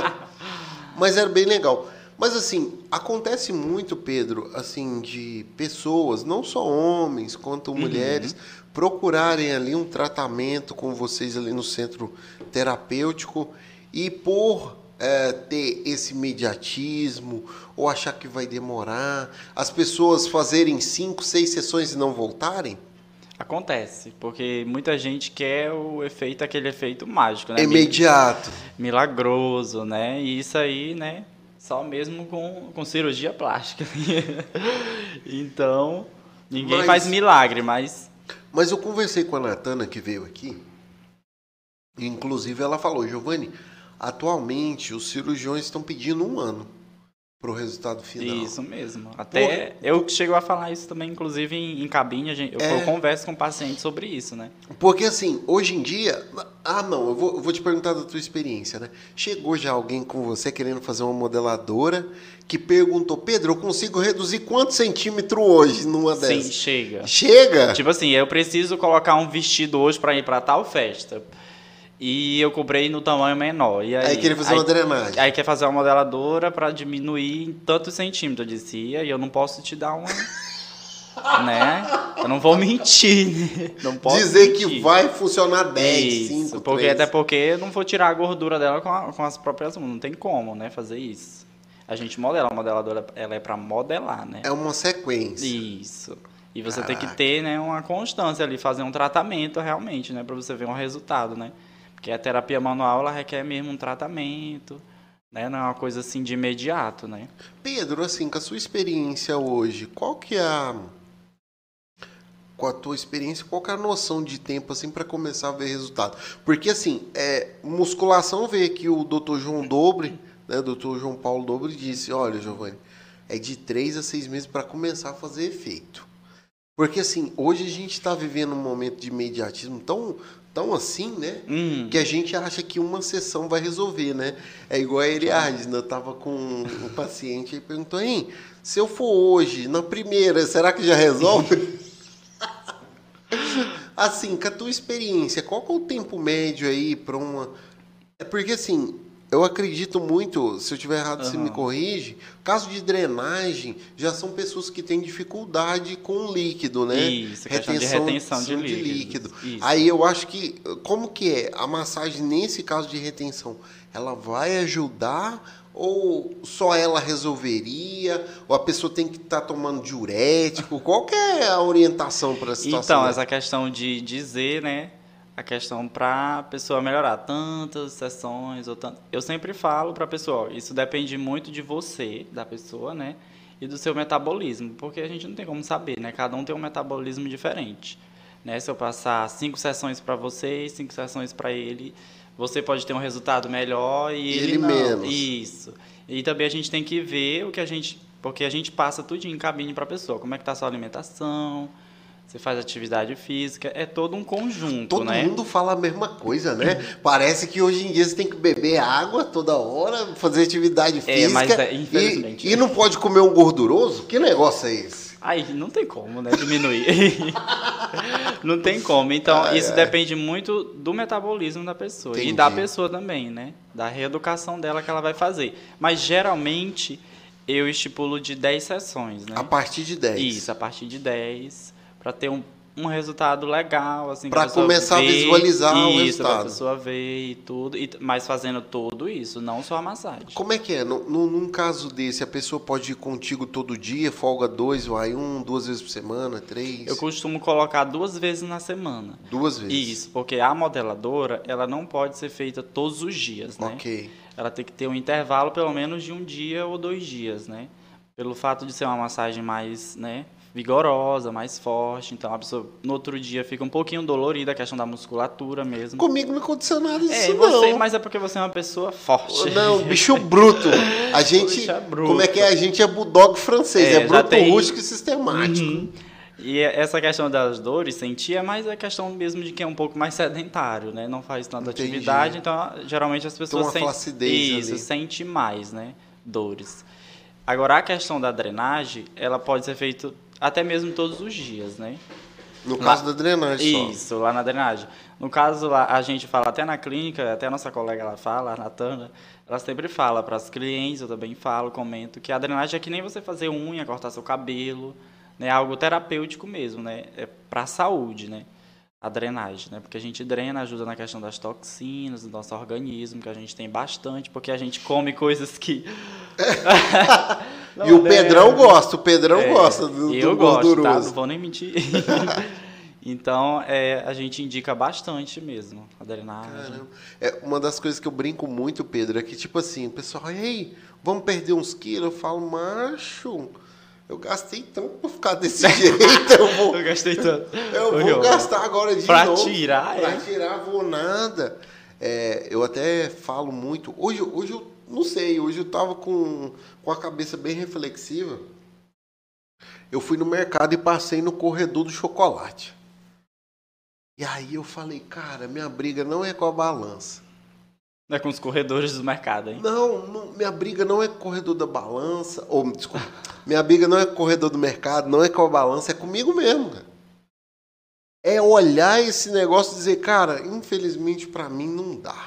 Speaker 1: Mas era bem legal. Mas assim, acontece muito, Pedro, assim, de pessoas, não só homens quanto mulheres, procurarem ali um tratamento com vocês ali no centro terapêutico e por eh, ter esse imediatismo ou achar que vai demorar, as pessoas fazerem cinco, seis sessões e não voltarem?
Speaker 2: Acontece, porque muita gente quer o efeito, aquele efeito mágico, né?
Speaker 1: Imediato.
Speaker 2: Milagroso, né? E isso aí, né? Só mesmo com, com cirurgia plástica. Então, ninguém
Speaker 1: Mas-
Speaker 2: faz milagre, mas
Speaker 1: Mas eu conversei com a Natana, que veio aqui, e inclusive ela falou, Giovanni, atualmente os cirurgiões estão pedindo um ano para o resultado final.
Speaker 2: isso mesmo. Até eu chego a falar isso também, inclusive em, em cabine, a gente, eu,
Speaker 1: É.
Speaker 2: eu converso com o paciente sobre isso, né?
Speaker 1: Porque assim, hoje em dia... Ah, não, eu vou, eu vou te perguntar da tua experiência, né? Chegou já alguém com você querendo fazer uma modeladora que perguntou, Pedro, eu consigo reduzir quantos centímetros hoje numa
Speaker 2: Sim,
Speaker 1: dessas?
Speaker 2: chega.
Speaker 1: Chega?
Speaker 2: Tipo assim, eu preciso colocar um vestido hoje para ir para tal festa. E eu comprei no tamanho menor. E aí,
Speaker 1: Aí queria fazer
Speaker 2: aí-
Speaker 1: uma drenagem.
Speaker 2: Aí quer fazer uma modeladora para diminuir em tantos centímetros. Eu disse, e aí eu não posso te dar uma... né? Eu não vou mentir, né? Não posso
Speaker 1: Dizer que
Speaker 2: mentir.
Speaker 1: vai funcionar dez,
Speaker 2: Isso,
Speaker 1: cinco,
Speaker 2: porque,
Speaker 1: três.
Speaker 2: até porque eu não vou tirar a gordura dela com, a- com as próprias mãos. Não tem como, né? Fazer isso. A gente modela. A modeladora, ela é para modelar, né?
Speaker 1: É uma sequência.
Speaker 2: Isso. E você tem
Speaker 1: Caraca.
Speaker 2: que ter, né, uma constância ali, fazer um tratamento realmente, né, para você ver um resultado, né? Porque a terapia manual, ela requer mesmo um tratamento, né? Não é uma coisa assim de imediato, né?
Speaker 1: Pedro, assim, com a sua experiência hoje, qual que é a... Com a tua experiência, qual que é a noção de tempo, assim, para começar a ver resultado? Porque, assim, é, musculação vê que o doutor João Dobre, né, o doutor João Paulo Dobre disse, olha, Giovanni, é de três a seis meses para começar a fazer efeito. Porque, assim, hoje a gente está vivendo um momento de imediatismo tão, tão assim, né?
Speaker 2: Hum,
Speaker 1: Que a gente acha que uma sessão vai resolver, né? É igual a Eliades, né? Eu tava com um paciente e perguntou, hein, se eu for hoje, na primeira, será que já resolve? Assim, com a tua experiência, qual que é o tempo médio aí para uma... É porque, assim, eu acredito muito, se eu estiver errado, você me
Speaker 2: Aham.
Speaker 1: corrige, caso de drenagem, já são pessoas que têm dificuldade com o líquido, né?
Speaker 2: Isso, questão de retenção de líquidos. Isso.
Speaker 1: Aí eu acho que, como que é? A massagem, nesse caso de retenção, ela vai ajudar ou só ela resolveria? Ou a pessoa tem que estar tomando diurético? Qual que é a orientação para a situação?
Speaker 2: Então, essa questão de dizer, né, a questão para a pessoa melhorar tantas sessões ou tanto, eu sempre falo para a pessoa, ó, isso depende muito de você, da pessoa, né, e do seu metabolismo, porque a gente não tem como saber, né, cada um tem um metabolismo diferente, né, se eu passar cinco sessões para você e cinco sessões para ele, você pode ter um resultado melhor e ele,
Speaker 1: Ele
Speaker 2: não.
Speaker 1: menos.
Speaker 2: Isso. E também a gente tem que ver o que a gente, porque a gente passa tudinho em cabine para a pessoa, como é que tá a sua alimentação, você faz atividade física, é todo um conjunto,
Speaker 1: Todo
Speaker 2: né?
Speaker 1: mundo fala a mesma coisa, né? Parece que hoje em dia você tem que beber água toda hora, fazer atividade
Speaker 2: É,
Speaker 1: física.
Speaker 2: mas é, infelizmente.
Speaker 1: E, e não pode comer um gorduroso? Que negócio é esse?
Speaker 2: Aí não tem como, né, diminuir. Não tem como. Então,
Speaker 1: Ai,
Speaker 2: isso
Speaker 1: ai.
Speaker 2: depende muito do metabolismo da pessoa.
Speaker 1: Entendi.
Speaker 2: E da pessoa também, né? Da reeducação dela que ela vai fazer. Mas, geralmente, eu estipulo de dez sessões, né?
Speaker 1: A partir de dez.
Speaker 2: Isso, a partir de dez, para ter um, um resultado legal, assim,
Speaker 1: Pra
Speaker 2: a pessoa
Speaker 1: começar a
Speaker 2: vê,
Speaker 1: visualizar o
Speaker 2: isso, pra
Speaker 1: resultado.
Speaker 2: pessoa ver e tudo, e, mas fazendo tudo isso, não só a massagem.
Speaker 1: Como é que é? No, no- num caso desse, a pessoa pode ir contigo todo dia, folga dois, vai um, duas vezes por semana, três?
Speaker 2: Eu costumo colocar duas vezes na semana.
Speaker 1: Duas vezes.
Speaker 2: Isso, porque a modeladora, ela não pode ser feita todos os dias, né?
Speaker 1: Ok.
Speaker 2: Ela tem que ter um intervalo pelo menos de um dia ou dois dias, né? Pelo fato de ser uma massagem mais, né, vigorosa, mais forte, então a pessoa no outro dia fica um pouquinho dolorida, a questão da musculatura mesmo.
Speaker 1: Comigo não aconteceu nada disso,
Speaker 2: É, e você,
Speaker 1: não.
Speaker 2: mas é porque você é uma pessoa forte.
Speaker 1: Não, bicho bruto. A gente,
Speaker 2: Bicho é bruto.
Speaker 1: como é que é? A gente é bulldog francês,
Speaker 2: É,
Speaker 1: é,
Speaker 2: já
Speaker 1: bruto,
Speaker 2: tem-
Speaker 1: rústico e sistemático.
Speaker 2: Uhum. E essa questão das dores, sentir, é mais a questão mesmo de quem é um pouco mais sedentário, né? Não faz tanta
Speaker 1: Entendi.
Speaker 2: atividade, então geralmente as pessoas
Speaker 1: uma
Speaker 2: sentem
Speaker 1: flacidez
Speaker 2: isso,
Speaker 1: ali.
Speaker 2: sente mais, né? Dores. Agora a questão da drenagem, ela pode ser feita até mesmo todos os dias, né?
Speaker 1: No
Speaker 2: Lá-
Speaker 1: caso da drenagem só.
Speaker 2: Isso, lá na drenagem. No caso, lá, a gente fala até na clínica, até a nossa colega ela fala, a Natana, ela sempre fala para as clientes, eu também falo, comento, que a drenagem é que nem você fazer unha, cortar seu cabelo, né? Algo terapêutico mesmo, né? É para a saúde, né? A drenagem, né? Porque a gente drena, ajuda na questão das toxinas do nosso organismo, que a gente tem bastante, porque a gente come coisas que...
Speaker 1: E o Pedrão gosta, o Pedrão
Speaker 2: É,
Speaker 1: gosta do,
Speaker 2: eu
Speaker 1: do
Speaker 2: gosto, tá?
Speaker 1: gorduroso.
Speaker 2: Não vou nem mentir. Então, é, a gente indica bastante mesmo a drenagem.
Speaker 1: Caramba. É, uma das coisas que eu brinco muito, Pedro, é que tipo assim, o pessoal, ei, vamos perder uns quilos? Eu falo, macho, eu gastei tanto pra ficar desse jeito, eu vou,
Speaker 2: Eu gastei tanto.
Speaker 1: eu vou
Speaker 2: Eu-
Speaker 1: gastar agora de
Speaker 2: Pra
Speaker 1: novo.
Speaker 2: tirar,
Speaker 1: Pra
Speaker 2: é.
Speaker 1: tirar, vou nada. É, eu até falo muito, hoje, hoje eu não sei, hoje eu tava com, com a cabeça bem reflexiva. Eu fui no mercado e passei no corredor do chocolate. E aí eu falei, cara, minha briga não é com a balança.
Speaker 2: É com os corredores do mercado, hein?
Speaker 1: Não, não, minha briga não é com o corredor da balança. Ou, desculpa, minha briga não é com o corredor do mercado, não é com a balança, é comigo mesmo, cara. É olhar esse negócio e dizer, cara, infelizmente pra mim não dá.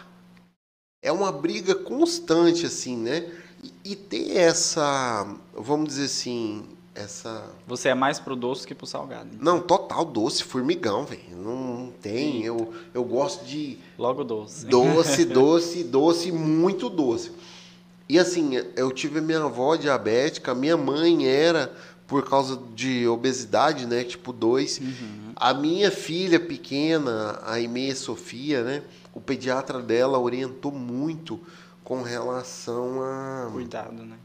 Speaker 1: É uma briga constante, assim, né? E, e ter essa, vamos dizer assim, essa...
Speaker 2: Você é mais pro doce que pro salgado.
Speaker 1: Não, total doce, formigão, velho. Não tem, eu, eu gosto de
Speaker 2: Logo doce.
Speaker 1: doce, doce, doce, muito doce. E assim, eu tive a minha avó diabética, minha mãe era por causa de obesidade, né, tipo dois.
Speaker 2: Uhum.
Speaker 1: A minha filha pequena, a Aimee Sofia, né, o pediatra dela orientou muito com relação a...
Speaker 2: Cuidado, né?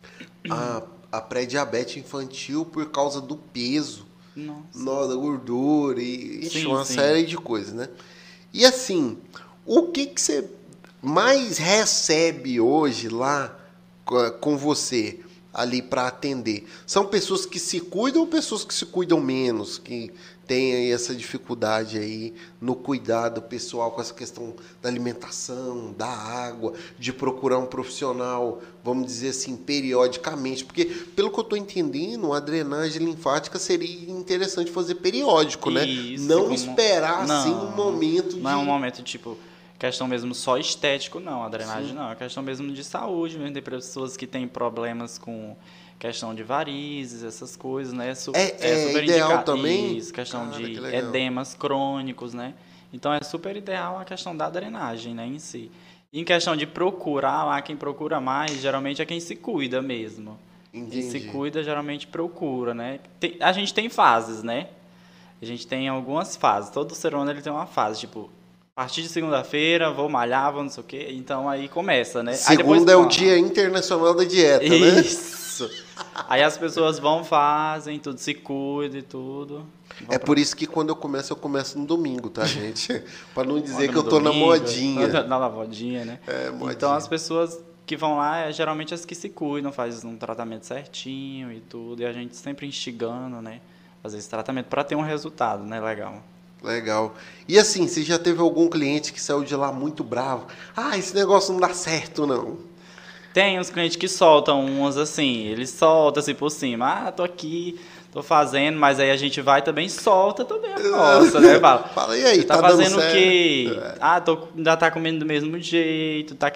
Speaker 1: a, a pré-diabetes infantil por causa do peso,
Speaker 2: Nossa.
Speaker 1: nó da gordura e ixi,
Speaker 2: Sim,
Speaker 1: uma
Speaker 2: sim.
Speaker 1: série de coisas, né? E assim, o que que você mais recebe hoje lá co- com você ali para atender? São pessoas que se cuidam ou pessoas que se cuidam menos, que têm aí essa dificuldade aí no cuidado pessoal com essa questão da alimentação, da água, de procurar um profissional, vamos dizer assim, periodicamente? Porque, pelo que eu estou entendendo, a drenagem linfática seria interessante fazer periódico, né?
Speaker 2: Isso,
Speaker 1: Não
Speaker 2: como-
Speaker 1: esperar, assim,
Speaker 2: Não,
Speaker 1: um momento de...
Speaker 2: Não é um momento, tipo, questão mesmo só estético, não. A drenagem não. É questão mesmo de saúde mesmo. Tem pessoas que têm problemas com questão de varizes, essas coisas, né? Su-
Speaker 1: É- é ideal
Speaker 2: indicado.
Speaker 1: também?
Speaker 2: Isso, questão
Speaker 1: Cara, que
Speaker 2: de
Speaker 1: legal.
Speaker 2: edemas crônicos, né? Então é super ideal a questão da drenagem, né, em si. E em questão de procurar lá, quem procura mais, geralmente é quem se cuida mesmo. Quem se
Speaker 1: Entendi.
Speaker 2: cuida geralmente procura, né? Tem- a gente tem fases, né? A gente tem algumas fases. Todo ser humano ele tem uma fase, tipo, a partir de segunda-feira vou malhar, vou não sei o quê. Então aí começa, né? Aí depois-
Speaker 1: Segunda é o Dia Internacional da Dieta, né?
Speaker 2: Isso. Aí as pessoas vão, fazem, tudo se cuida e tudo. Vão
Speaker 1: É
Speaker 2: pra-
Speaker 1: por isso que quando eu começo, eu começo no domingo, tá, gente? Pra não dizer
Speaker 2: Olha
Speaker 1: que eu
Speaker 2: no
Speaker 1: tô na
Speaker 2: domingo,
Speaker 1: modinha.
Speaker 2: Na, na modinha, né?
Speaker 1: É, modinha.
Speaker 2: Então as pessoas que vão lá, é geralmente as que se cuidam, fazem um tratamento certinho e tudo. E a gente sempre instigando, né? Fazer esse tratamento para ter um resultado, né? Legal.
Speaker 1: Legal. E assim, você já teve algum cliente que saiu de lá muito bravo? Ah, esse negócio não dá certo, não.
Speaker 2: Tem uns clientes que soltam umas assim, eles soltam assim por cima. Ah, tô aqui, tô fazendo, mas aí a gente vai também solta também a nossa, né? Fala,
Speaker 1: Fala, e aí,
Speaker 2: você tá,
Speaker 1: tá dando
Speaker 2: fazendo o
Speaker 1: certo?
Speaker 2: quê?
Speaker 1: É.
Speaker 2: Ah, tô, ainda tá comendo do mesmo jeito, tá quer...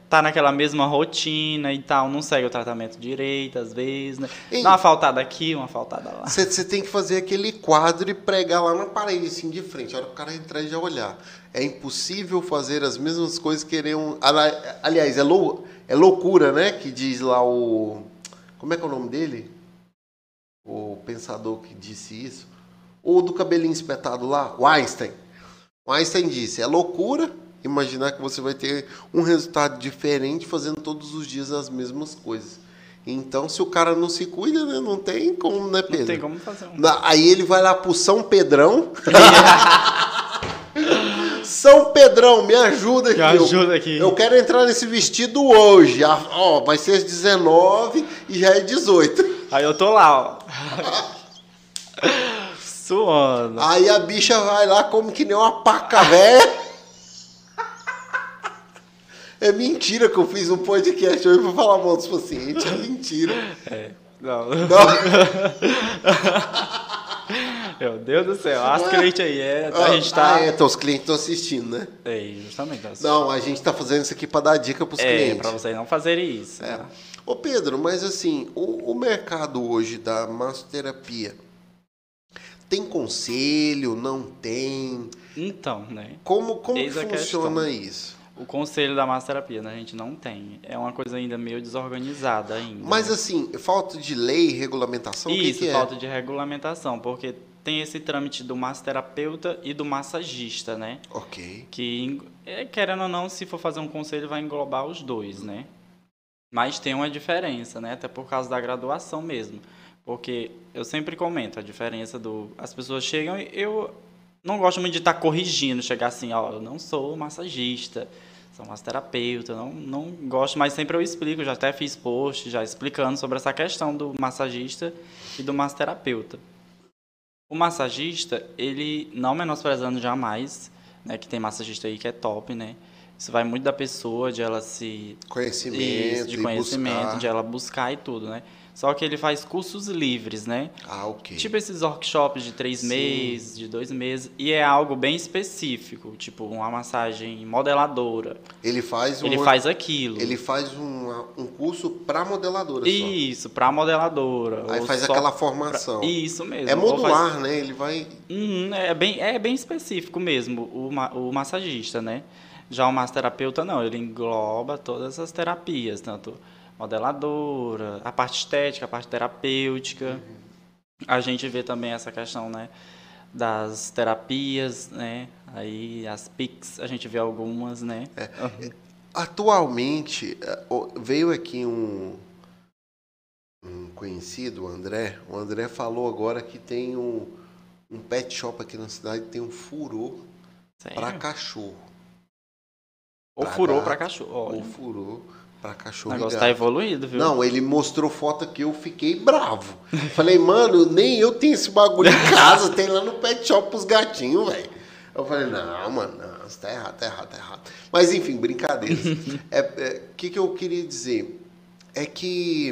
Speaker 2: tá naquela mesma rotina e tal, não segue o tratamento direito, às vezes, né?
Speaker 1: Ei.
Speaker 2: Dá uma faltada aqui, uma faltada lá.
Speaker 1: Você tem que fazer aquele quadro e pregar lá na parede, assim, de frente. A hora que o cara entrar e já olhar. É impossível fazer as mesmas coisas que querer um... Aliás, é, lou... é loucura, né? Que diz lá o... Como é que é o nome dele? O pensador que disse isso. Ou do cabelinho espetado lá, o Einstein. O Einstein disse, é loucura imaginar que você vai ter um resultado diferente fazendo todos os dias as mesmas coisas. Então, se o cara não se cuida, né, não tem como, né, Pedro?
Speaker 2: Não tem como fazer um.
Speaker 1: Aí ele vai lá pro São Pedrão. São Pedrão, me ajuda aqui.
Speaker 2: Me ajuda aqui.
Speaker 1: Eu, eu quero entrar nesse vestido hoje. Ah, ó, vai ser às dezenove e já é dezoito.
Speaker 2: Aí eu tô lá, ó. Suando.
Speaker 1: Aí a bicha vai lá como que nem uma paca velha. É mentira que eu fiz um podcast hoje pra falar mal dos pacientes. É mentira.
Speaker 2: É. Não.
Speaker 1: Não.
Speaker 2: Meu Deus do céu. As clientes aí, é, a gente tá...
Speaker 1: Ah, é, então os clientes estão assistindo, né?
Speaker 2: É, justamente. Tá
Speaker 1: Não, a gente tá fazendo isso aqui pra dar dica pros
Speaker 2: é,
Speaker 1: clientes.
Speaker 2: É, pra vocês não fazerem isso.
Speaker 1: É.
Speaker 2: Né?
Speaker 1: Ô Pedro, mas assim, o, o mercado hoje da massoterapia tem conselho, não tem?
Speaker 2: Então, né?
Speaker 1: Como, como que
Speaker 2: Eis a
Speaker 1: funciona
Speaker 2: questão.
Speaker 1: isso?
Speaker 2: O conselho da massoterapia, né? A gente não tem. É uma coisa ainda meio desorganizada ainda.
Speaker 1: Mas
Speaker 2: né?
Speaker 1: assim, falta de lei, regulamentação,
Speaker 2: Isso,
Speaker 1: o que, que é?
Speaker 2: falta de regulamentação, porque tem esse trâmite do massoterapeuta e do massagista, né?
Speaker 1: Ok.
Speaker 2: Que, querendo ou não, se for fazer um conselho, vai englobar os dois, né? Mas tem uma diferença, né? Até por causa da graduação mesmo. Porque eu sempre comento a diferença do... As pessoas chegam e eu não gosto muito de estar corrigindo, chegar assim, ó, eu não sou massagista, sou massoterapeuta, não, não gosto, mas sempre eu explico, já até fiz post, já explicando sobre essa questão do massagista e do massoterapeuta. O massagista, ele, não menosprezando jamais, né, que tem massagista aí que é top, né? Isso vai muito da pessoa, de ela se...
Speaker 1: Conhecimento,
Speaker 2: Isso, de conhecimento,
Speaker 1: buscar.
Speaker 2: de ela buscar e tudo, né? Só que ele faz cursos livres, né?
Speaker 1: Ah, ok.
Speaker 2: Tipo esses workshops de três
Speaker 1: Sim.
Speaker 2: meses, de dois meses, e é algo bem específico, tipo uma massagem modeladora.
Speaker 1: Ele faz,
Speaker 2: Ele
Speaker 1: uma,
Speaker 2: faz aquilo.
Speaker 1: ele faz um, um curso para modeladora
Speaker 2: Isso, para modeladora.
Speaker 1: só. Aí
Speaker 2: ou
Speaker 1: faz
Speaker 2: só
Speaker 1: aquela formação.
Speaker 2: pra... Isso mesmo.
Speaker 1: É
Speaker 2: Ou
Speaker 1: modular,
Speaker 2: faz...
Speaker 1: né? Ele vai...
Speaker 2: Uhum, é, bem, é bem específico mesmo, o, ma... o massagista, né? Já o massoterapeuta não, ele engloba todas as terapias, tanto modeladora, a parte estética, a parte terapêutica. Uhum. A gente vê também essa questão, né, das terapias, né? Aí as P I Cs, a gente vê algumas, né?
Speaker 1: É. Uhum. Atualmente, veio aqui um, um conhecido, o André. O André falou agora que tem um, um pet shop aqui na cidade, tem um furor para cachorro.
Speaker 2: Ou
Speaker 1: pra
Speaker 2: furou
Speaker 1: gato,
Speaker 2: para cachorro. Olha.
Speaker 1: Ou furou para cachorro.
Speaker 2: O negócio
Speaker 1: e
Speaker 2: tá
Speaker 1: gato.
Speaker 2: evoluído, viu?
Speaker 1: Não, ele mostrou foto aqui, eu fiquei bravo. Falei, mano, nem eu tenho esse bagulho em casa, tem lá no pet shop pros gatinhos, velho. Eu falei, não, mano, não, isso tá errado, tá errado, tá errado. Mas enfim, brincadeiras. O é, é, que, que eu queria dizer? É que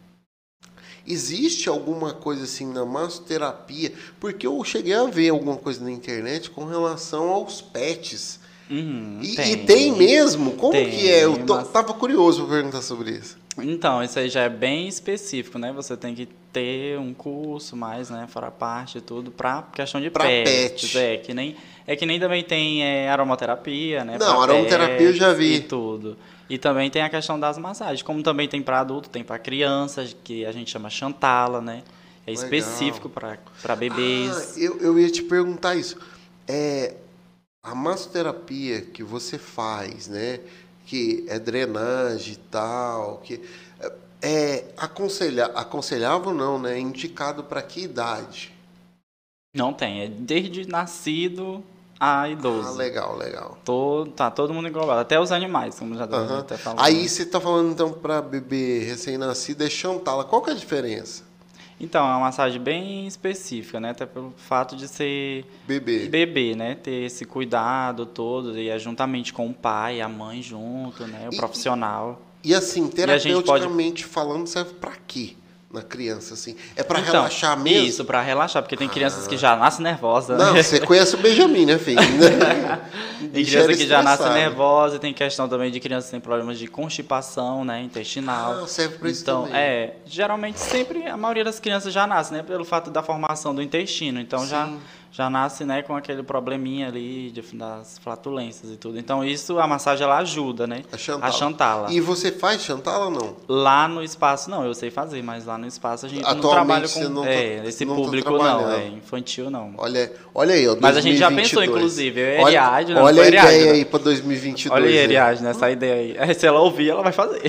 Speaker 1: existe alguma coisa assim na massoterapia, porque eu cheguei a ver alguma coisa na internet com relação aos pets.
Speaker 2: Uhum,
Speaker 1: e,
Speaker 2: tem.
Speaker 1: e tem mesmo? Como
Speaker 2: tem,
Speaker 1: que é? Eu tô,
Speaker 2: mas...
Speaker 1: tava curioso pra perguntar sobre isso.
Speaker 2: Então, isso aí já é bem específico, né? Você tem que ter um curso mais, né? Fora a parte e tudo, pra questão de
Speaker 1: pra
Speaker 2: pets.
Speaker 1: pet.
Speaker 2: É que nem, é que nem também tem é, aromaterapia, né?
Speaker 1: Não,
Speaker 2: pra
Speaker 1: aromaterapia eu já vi.
Speaker 2: E tudo. E também tem a questão das massagens. Como também tem para adulto, tem para crianças, que a gente chama Chantala, né? É
Speaker 1: Legal.
Speaker 2: específico para bebês.
Speaker 1: Ah, eu, eu ia te perguntar isso. É, a massoterapia que você faz, né? Que é drenagem e tal, que é aconselha, aconselhável não, né? Indicado para que idade?
Speaker 2: Não tem, é desde nascido a idoso.
Speaker 1: Ah, legal, legal.
Speaker 2: Todo, tá todo mundo englobado, até os animais, como já
Speaker 1: uhum.
Speaker 2: até falou.
Speaker 1: Aí você tá falando então para bebê recém-nascido é Chantala. Qual que é a diferença?
Speaker 2: Então, é uma massagem bem específica, né? Até pelo fato de ser
Speaker 1: bebê,
Speaker 2: bebê, né? Ter esse cuidado todo, e é juntamente com o pai, a mãe junto, né? O
Speaker 1: e,
Speaker 2: profissional.
Speaker 1: E assim, terapeuticamente
Speaker 2: pode...
Speaker 1: falando, serve para quê? Na criança, assim? É para
Speaker 2: então,
Speaker 1: relaxar mesmo?
Speaker 2: Isso, para relaxar, porque tem
Speaker 1: ah.
Speaker 2: crianças que já nascem nervosas.
Speaker 1: Não,
Speaker 2: né?
Speaker 1: você conhece o Benjamin, né, filho?
Speaker 2: Tem criança que já nasce nervosa, tem questão também de crianças que têm problemas de constipação, né, intestinal.
Speaker 1: Ah, serve para isso
Speaker 2: então,
Speaker 1: também.
Speaker 2: é, geralmente sempre a maioria das crianças já nasce, né, pelo fato da formação do intestino. Então já já nasce, né, com aquele probleminha ali de, das flatulências e tudo. Então isso a massagem ela ajuda, né?
Speaker 1: A Chantala.
Speaker 2: A Chantala.
Speaker 1: E você faz Chantala ou não?
Speaker 2: Lá no espaço não, eu sei fazer, mas lá no espaço a gente não
Speaker 1: Atualmente
Speaker 2: trabalha
Speaker 1: você
Speaker 2: com
Speaker 1: não tá-
Speaker 2: é, esse
Speaker 1: não tá
Speaker 2: público não,
Speaker 1: trabalhando.
Speaker 2: é infantil não.
Speaker 1: Olha, olha aí, ó,
Speaker 2: Mas a gente já pensou,
Speaker 1: dois mil e vinte e dois.
Speaker 2: inclusive, eu e a
Speaker 1: Olha,
Speaker 2: Ariadne, não
Speaker 1: olha
Speaker 2: foi
Speaker 1: a
Speaker 2: Ariadne,
Speaker 1: ideia
Speaker 2: né?
Speaker 1: aí para dois mil e vinte e dois.
Speaker 2: Olha aí,
Speaker 1: né?
Speaker 2: Ariadne, essa ideia aí. Se ela ouvir, ela vai fazer.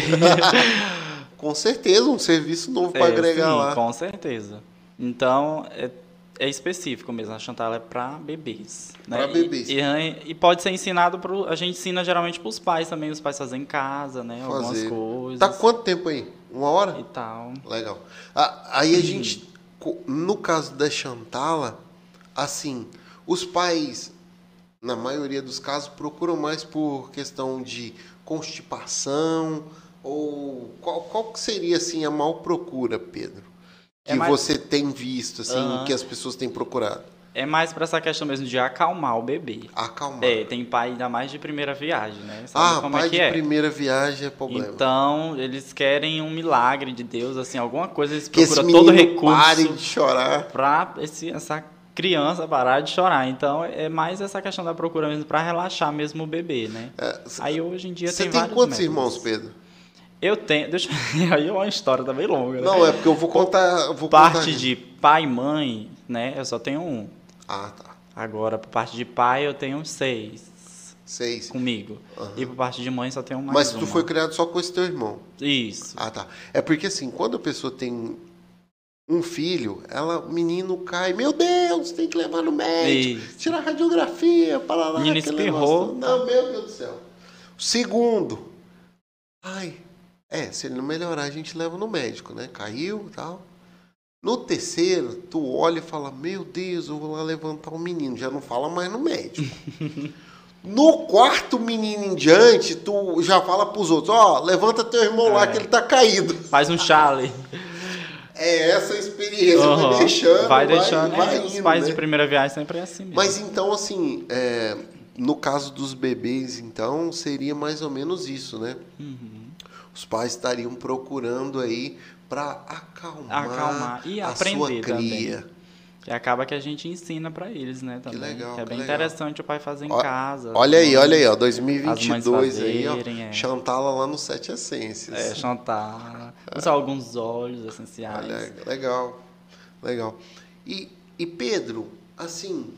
Speaker 1: Com certeza, um serviço novo para
Speaker 2: É,
Speaker 1: agregar
Speaker 2: sim,
Speaker 1: lá.
Speaker 2: com certeza. Então, é, é específico mesmo. A Chantala é para bebês. Né?
Speaker 1: Pra bebês.
Speaker 2: E, e, e pode ser ensinado pro. A gente ensina geralmente para os pais também. Os pais fazem em casa, né? Algumas
Speaker 1: Fazer.
Speaker 2: coisas.
Speaker 1: Tá quanto tempo aí? Uma hora?
Speaker 2: E tal.
Speaker 1: Legal. Ah, aí a gente, co- no caso da Chantala, assim, os pais, na maioria dos casos, procuram mais por questão de constipação ou qual, qual que seria assim a maior procura, Pedro? Que
Speaker 2: É mais-
Speaker 1: você tem visto, assim,
Speaker 2: Aham.
Speaker 1: que as pessoas têm procurado?
Speaker 2: É mais para essa questão mesmo de acalmar o bebê.
Speaker 1: Acalmar.
Speaker 2: É, tem pai ainda mais de primeira viagem, né? Sabe
Speaker 1: ah,
Speaker 2: como
Speaker 1: pai
Speaker 2: é que
Speaker 1: de
Speaker 2: é?
Speaker 1: primeira viagem é problema.
Speaker 2: Então, eles querem um milagre de Deus, assim, alguma coisa, eles
Speaker 1: que esse
Speaker 2: procuram todo
Speaker 1: menino
Speaker 2: recurso
Speaker 1: pare de chorar.
Speaker 2: para essa criança parar de chorar. Então, é mais essa questão da procura mesmo para relaxar mesmo o bebê, né?
Speaker 1: É, c-
Speaker 2: Aí hoje em dia
Speaker 1: Você
Speaker 2: tem
Speaker 1: tem
Speaker 2: vários
Speaker 1: quantos
Speaker 2: métodos.
Speaker 1: irmãos, Pedro?
Speaker 2: Eu tenho, deixa eu- aí é uma história também longa, né?
Speaker 1: Não, é porque eu vou contar. Eu vou
Speaker 2: Parte
Speaker 1: contar...
Speaker 2: de pai e mãe, né? Eu só tenho um.
Speaker 1: Ah, tá.
Speaker 2: Agora, por parte de pai, eu tenho seis
Speaker 1: Seis.
Speaker 2: comigo.
Speaker 1: Aham.
Speaker 2: E por parte de mãe, só tenho mais
Speaker 1: Mas tu
Speaker 2: uma.
Speaker 1: foi criado só com esse teu irmão.
Speaker 2: Isso.
Speaker 1: Ah, tá. É porque assim, quando a pessoa tem um filho, ela, o menino cai, meu Deus, tem que levar no médico,
Speaker 2: Isso.
Speaker 1: tirar radiografia, para lá.
Speaker 2: Menino
Speaker 1: aquele
Speaker 2: espirrou.
Speaker 1: negócio. Não, meu Deus do céu. O segundo, ai, é, se ele não melhorar, a gente leva no médico, né? Caiu e tal. No terceiro, tu olha e fala, meu Deus, eu vou lá levantar o menino. Já não fala mais no médico. No quarto menino em diante, tu já fala pros outros, ó, levanta teu irmão lá
Speaker 2: É.
Speaker 1: que ele tá caído.
Speaker 2: Faz um chale.
Speaker 1: É essa a experiência, vai
Speaker 2: Aham.
Speaker 1: deixando,
Speaker 2: vai deixando.
Speaker 1: vai,
Speaker 2: é,
Speaker 1: vai
Speaker 2: os
Speaker 1: indo,
Speaker 2: pais
Speaker 1: né?
Speaker 2: de primeira viagem sempre é assim mesmo.
Speaker 1: Mas então, assim, é, no caso dos bebês, então, seria mais ou menos isso, né?
Speaker 2: Uhum.
Speaker 1: Os pais estariam procurando aí para acalmar,
Speaker 2: Acalmar e
Speaker 1: a
Speaker 2: aprender
Speaker 1: sua cria.
Speaker 2: E acaba que a gente ensina pra eles, né? Também.
Speaker 1: legal,
Speaker 2: Que é
Speaker 1: que
Speaker 2: bem
Speaker 1: legal.
Speaker 2: interessante o pai fazer em
Speaker 1: Ó,
Speaker 2: casa.
Speaker 1: Olha aí,
Speaker 2: as
Speaker 1: olha aí, ó,
Speaker 2: mães-
Speaker 1: dois mil e vinte
Speaker 2: as
Speaker 1: e
Speaker 2: mães
Speaker 1: dois aí, ó,
Speaker 2: fazerem, é.
Speaker 1: Chantala lá no Sete Essências.
Speaker 2: É, chantar. Usar alguns óleos essenciais.
Speaker 1: Olha, legal, legal. E, e Pedro, assim,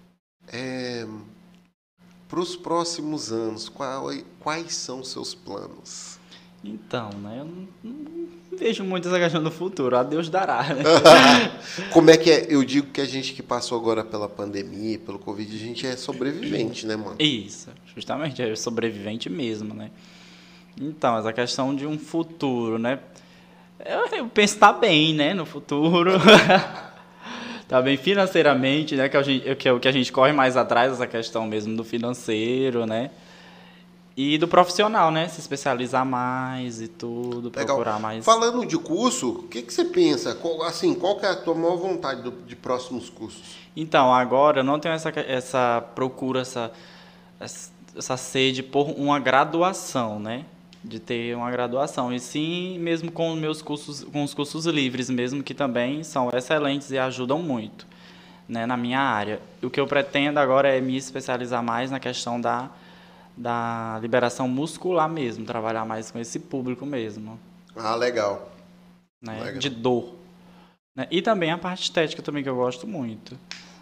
Speaker 1: para os próximos anos, qual- quais são os seus planos?
Speaker 2: Então, né? Eu não, não vejo muito essa questão do futuro. A Deus dará, né?
Speaker 1: Como é que é? Eu digo que a gente que passou agora pela pandemia, pelo Covid, a gente é sobrevivente, né, mano?
Speaker 2: Isso, justamente, é sobrevivente mesmo, né? Então, essa questão de um futuro, né? Eu, eu penso que tá bem, né, no futuro. Tá bem financeiramente, né? Que, a gente, que é o que a gente corre mais atrás, essa questão mesmo do financeiro, né? E do profissional, né? Se especializar mais e tudo,
Speaker 1: Legal.
Speaker 2: procurar mais.
Speaker 1: Falando de curso, o que, que você pensa? Qual, assim, qual que é a tua maior vontade do- de próximos cursos?
Speaker 2: Então, agora eu não tenho essa, essa procura, essa, essa sede por uma graduação, né? De ter uma graduação. E sim, mesmo com os meus cursos, com os cursos livres mesmo, que também são excelentes e ajudam muito, né, na minha área. O que eu pretendo agora é me especializar mais na questão da, da liberação muscular mesmo, trabalhar mais com esse público mesmo,
Speaker 1: Ah, legal.
Speaker 2: né?
Speaker 1: Legal.
Speaker 2: De dor. Né? E também a parte estética também, que eu gosto muito.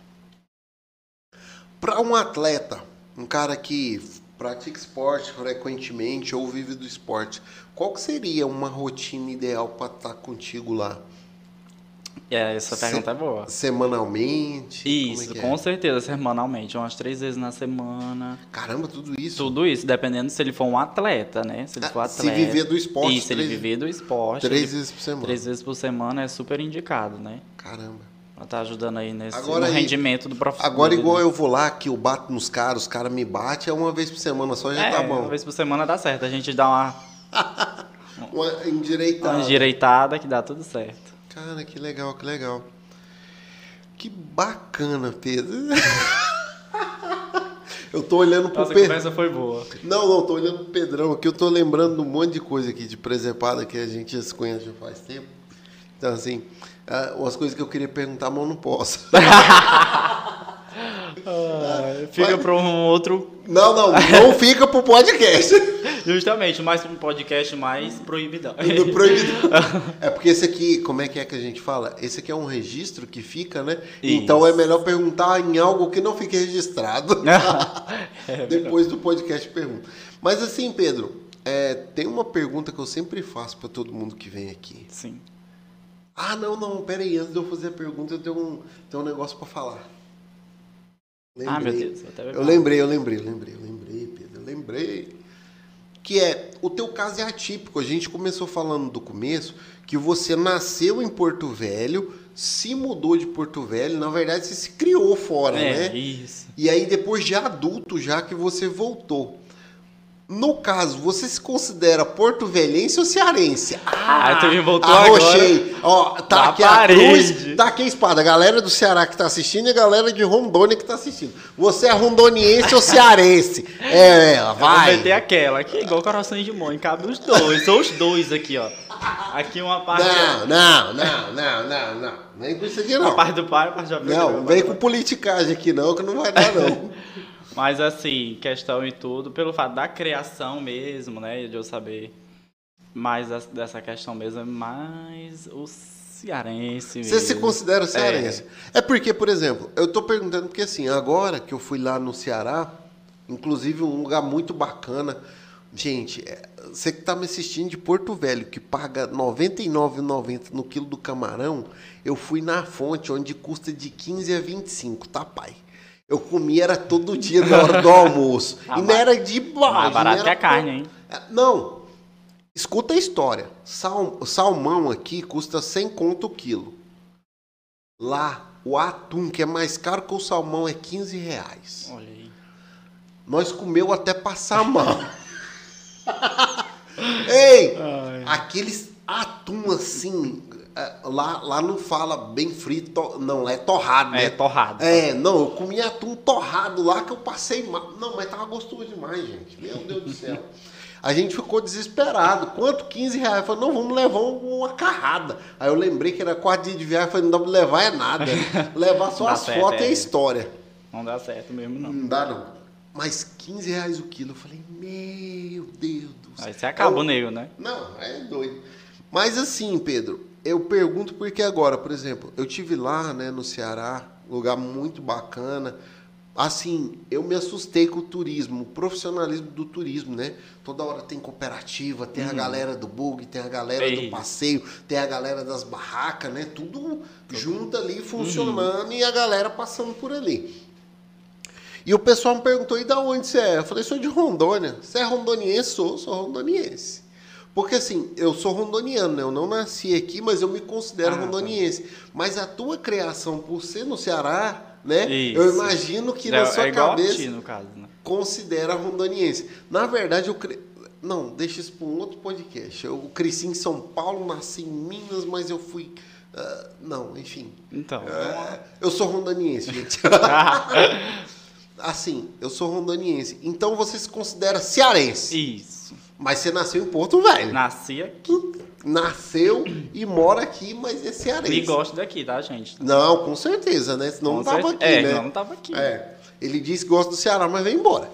Speaker 1: Para um atleta, um cara que pratica esporte frequentemente ou vive do esporte, qual que seria uma rotina ideal para estar contigo lá?
Speaker 2: É, essa
Speaker 1: Se-
Speaker 2: pergunta é boa.
Speaker 1: Semanalmente? Como é
Speaker 2: Isso,
Speaker 1: que é?
Speaker 2: com certeza, semanalmente, umas três vezes na semana.
Speaker 1: Caramba, tudo isso?
Speaker 2: Tudo isso, dependendo se ele for um atleta, né? Se ele
Speaker 1: Ah,
Speaker 2: for
Speaker 1: se
Speaker 2: atleta.
Speaker 1: viver do esporte,
Speaker 2: Isso, se ele
Speaker 1: três-
Speaker 2: viver do esporte.
Speaker 1: Três
Speaker 2: ele-
Speaker 1: vezes por semana.
Speaker 2: Três vezes por semana é super indicado, né?
Speaker 1: Caramba.
Speaker 2: Pra tá ajudando aí nesse
Speaker 1: Agora
Speaker 2: no
Speaker 1: aí-
Speaker 2: rendimento do profissional.
Speaker 1: Agora, igual eu vou lá, que eu bato nos caras, os caras me batem, é uma vez por semana só, já
Speaker 2: é,
Speaker 1: tá bom.
Speaker 2: uma vez por semana dá certo. A gente dá uma,
Speaker 1: Uma endireitada.
Speaker 2: uma endireitada que dá tudo certo.
Speaker 1: Cara, que legal, que legal. Que bacana, Pedro. Eu tô olhando pro
Speaker 2: Nossa, a
Speaker 1: Pedro.
Speaker 2: conversa foi boa.
Speaker 1: Não, não, tô olhando pro Pedrão aqui, eu tô lembrando de um monte de coisa aqui de presepada que a gente já se conhece já faz tempo. Então, assim, ah, umas coisas que eu queria perguntar, mas eu não posso.
Speaker 2: Ah, fica
Speaker 1: Mas-
Speaker 2: para um outro.
Speaker 1: Não, não, não fica pro podcast.
Speaker 2: Justamente, mais um podcast mais proibidão.
Speaker 1: Do proibido. É porque esse aqui, como é que é que a gente fala? Esse aqui é um registro que fica, né?
Speaker 2: Isso.
Speaker 1: Então é melhor perguntar em algo que não fique registrado.
Speaker 2: É
Speaker 1: Depois do podcast pergunta. Mas assim, Pedro, é, tem uma pergunta que eu sempre faço para todo mundo que vem aqui.
Speaker 2: Sim.
Speaker 1: Ah, não, não, peraí, antes de eu fazer a pergunta, eu tenho um, tenho um negócio para falar.
Speaker 2: Ah, meu Deus. Até
Speaker 1: Eu lembrei, eu lembrei, eu lembrei, eu lembrei, Pedro, eu lembrei. Que é, o teu caso é atípico. A gente começou falando do começo que você nasceu em Porto Velho, se mudou de Porto Velho, na verdade você se criou fora,
Speaker 2: É,
Speaker 1: né?
Speaker 2: isso.
Speaker 1: E aí depois de adulto já que você voltou. No caso, você se considera porto-velhense ou cearense?
Speaker 2: Ah, tu me voltou
Speaker 1: Arrochei. Ó, tá
Speaker 2: Na
Speaker 1: aqui a
Speaker 2: parede.
Speaker 1: cruz, tá aqui a espada. A galera do Ceará que tá assistindo e a galera de Rondônia que tá assistindo. Você é rondoniense ou cearense? É,
Speaker 2: Eu vou
Speaker 1: vai.
Speaker 2: meter aquela aqui, igual corações de mãe. Cabe os dois, ou os dois aqui, ó. Aqui uma parte.
Speaker 1: Não, não, não, não, não, não. Vem com isso aqui
Speaker 2: A
Speaker 1: não.
Speaker 2: parte do pai, a parte da mãe.
Speaker 1: Não, vem com politicagem aqui não, que não vai dar não.
Speaker 2: Mas assim, questão e tudo, pelo fato da criação mesmo, né? De eu saber mais das- dessa questão mesmo, é mais o cearense mesmo.
Speaker 1: Você se considera cearense? É. é porque, por exemplo, eu tô perguntando porque assim, agora que eu fui lá no Ceará, inclusive um lugar muito bacana, gente, é, você que tá me assistindo de Porto Velho, que paga noventa e nove reais e noventa centavos no quilo do camarão, eu fui na fonte, onde custa de quinze a vinte e cinco, tá, pai? Eu comia era todo dia na hora do almoço.
Speaker 2: Ah,
Speaker 1: e não
Speaker 2: mas-
Speaker 1: era de baixo.
Speaker 2: Mais barato
Speaker 1: não
Speaker 2: que a
Speaker 1: era
Speaker 2: carne,
Speaker 1: tão-
Speaker 2: hein?
Speaker 1: É, Não. Escuta a história. Sal- salmão aqui custa cem conto o quilo. Lá, o atum, que é mais caro que o salmão, é quinze reais.
Speaker 2: Olha aí.
Speaker 1: Nós comeu até passar mal. Ei,
Speaker 2: Ai.
Speaker 1: aqueles atum assim, é, lá, lá não fala bem frito, não, é torrado,
Speaker 2: É,
Speaker 1: né?
Speaker 2: torrado.
Speaker 1: É, não, eu comi atum torrado lá que eu passei mal. Não, mas tava gostoso demais, gente. Meu Deus do céu. A gente ficou desesperado. Quanto? quinze reais. Eu falei, não, vamos levar uma carrada. Aí eu lembrei que era quatro dias de viagem. Eu falei, não dá pra levar é nada. Levar só
Speaker 2: Dá
Speaker 1: as
Speaker 2: certo,
Speaker 1: fotos e
Speaker 2: é.
Speaker 1: a história.
Speaker 2: Não dá certo mesmo, não.
Speaker 1: Não dá, não. Mas quinze reais o quilo. Eu falei, meu Deus do céu.
Speaker 2: Aí você acaba
Speaker 1: Eu-
Speaker 2: o nego, né?
Speaker 1: Não, é doido. Mas assim, Pedro, eu pergunto porque agora, por exemplo, eu tive lá, né, no Ceará, lugar muito bacana. Assim, eu me assustei com o turismo, o profissionalismo do turismo, né? Toda hora tem cooperativa, tem a galera do bug, tem a galera do
Speaker 2: Isso.
Speaker 1: passeio, tem a galera das barracas, né? Tudo junto ali, funcionando e a galera passando por ali. E o pessoal me perguntou, e da onde você é? Eu falei, sou de Rondônia. Você é rondoniense? Sou, sou rondoniense. Porque assim, eu sou rondoniano, né? Eu não nasci aqui, mas eu me considero
Speaker 2: Ah, tá.
Speaker 1: rondoniense. Mas a tua criação, por ser no Ceará, né?
Speaker 2: Isso.
Speaker 1: Eu imagino que na
Speaker 2: é,
Speaker 1: sua
Speaker 2: é igual
Speaker 1: cabeça
Speaker 2: a ti, no caso, né?
Speaker 1: considera rondoniense. Na verdade, eu cre... não, deixa isso para um outro podcast. Eu cresci em São Paulo, nasci em Minas, mas eu fui ah, não, enfim.
Speaker 2: Então.
Speaker 1: É, eu sou rondoniense, gente. Assim, eu sou rondoniense. Então você se considera cearense.
Speaker 2: Isso.
Speaker 1: Mas você nasceu em Porto Velho.
Speaker 2: Nasci aqui.
Speaker 1: Nasceu e mora aqui, mas é cearense.
Speaker 2: E gosto daqui, tá, gente?
Speaker 1: Não, com certeza, né? Senão
Speaker 2: Com
Speaker 1: não tava
Speaker 2: certe-
Speaker 1: aqui,
Speaker 2: é,
Speaker 1: né?
Speaker 2: não, não tava aqui.
Speaker 1: É. Ele disse que gosta do Ceará, mas vem embora.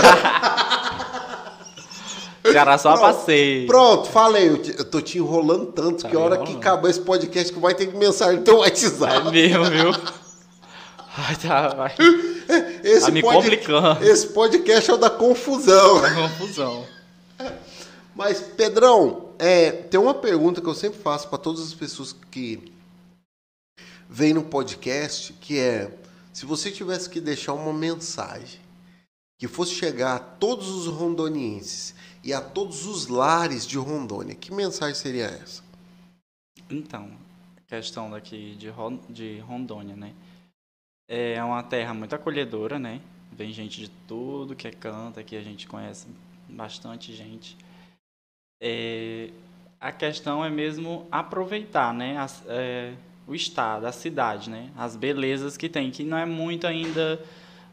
Speaker 2: Ceará só a
Speaker 1: Pronto.
Speaker 2: passeio.
Speaker 1: Pronto, falei. Eu, te- eu tô te enrolando tanto
Speaker 2: Tá
Speaker 1: que a hora que
Speaker 2: enrolando.
Speaker 1: acabar esse podcast que vai ter que mensagem no teu
Speaker 2: É
Speaker 1: WhatsApp.
Speaker 2: mesmo, viu? Ai, tá, vai.
Speaker 1: Esse
Speaker 2: Tá me
Speaker 1: pod-
Speaker 2: complicando.
Speaker 1: Esse podcast é o da confusão.
Speaker 2: Tá confusão.
Speaker 1: Mas, Pedrão, é, tem uma pergunta que eu sempre faço para todas as pessoas que vêm no podcast, que é, se você tivesse que deixar uma mensagem que fosse chegar a todos os rondonienses e a todos os lares de Rondônia, que mensagem seria essa?
Speaker 2: Então, questão daqui de, Ron- de Rondônia, né? É uma terra muito acolhedora, né? Vem gente de tudo que é canto, aqui a gente conhece bastante gente. É, a questão é mesmo aproveitar, né? As- é, o estado, a cidade, né? As belezas que tem, que não é muito ainda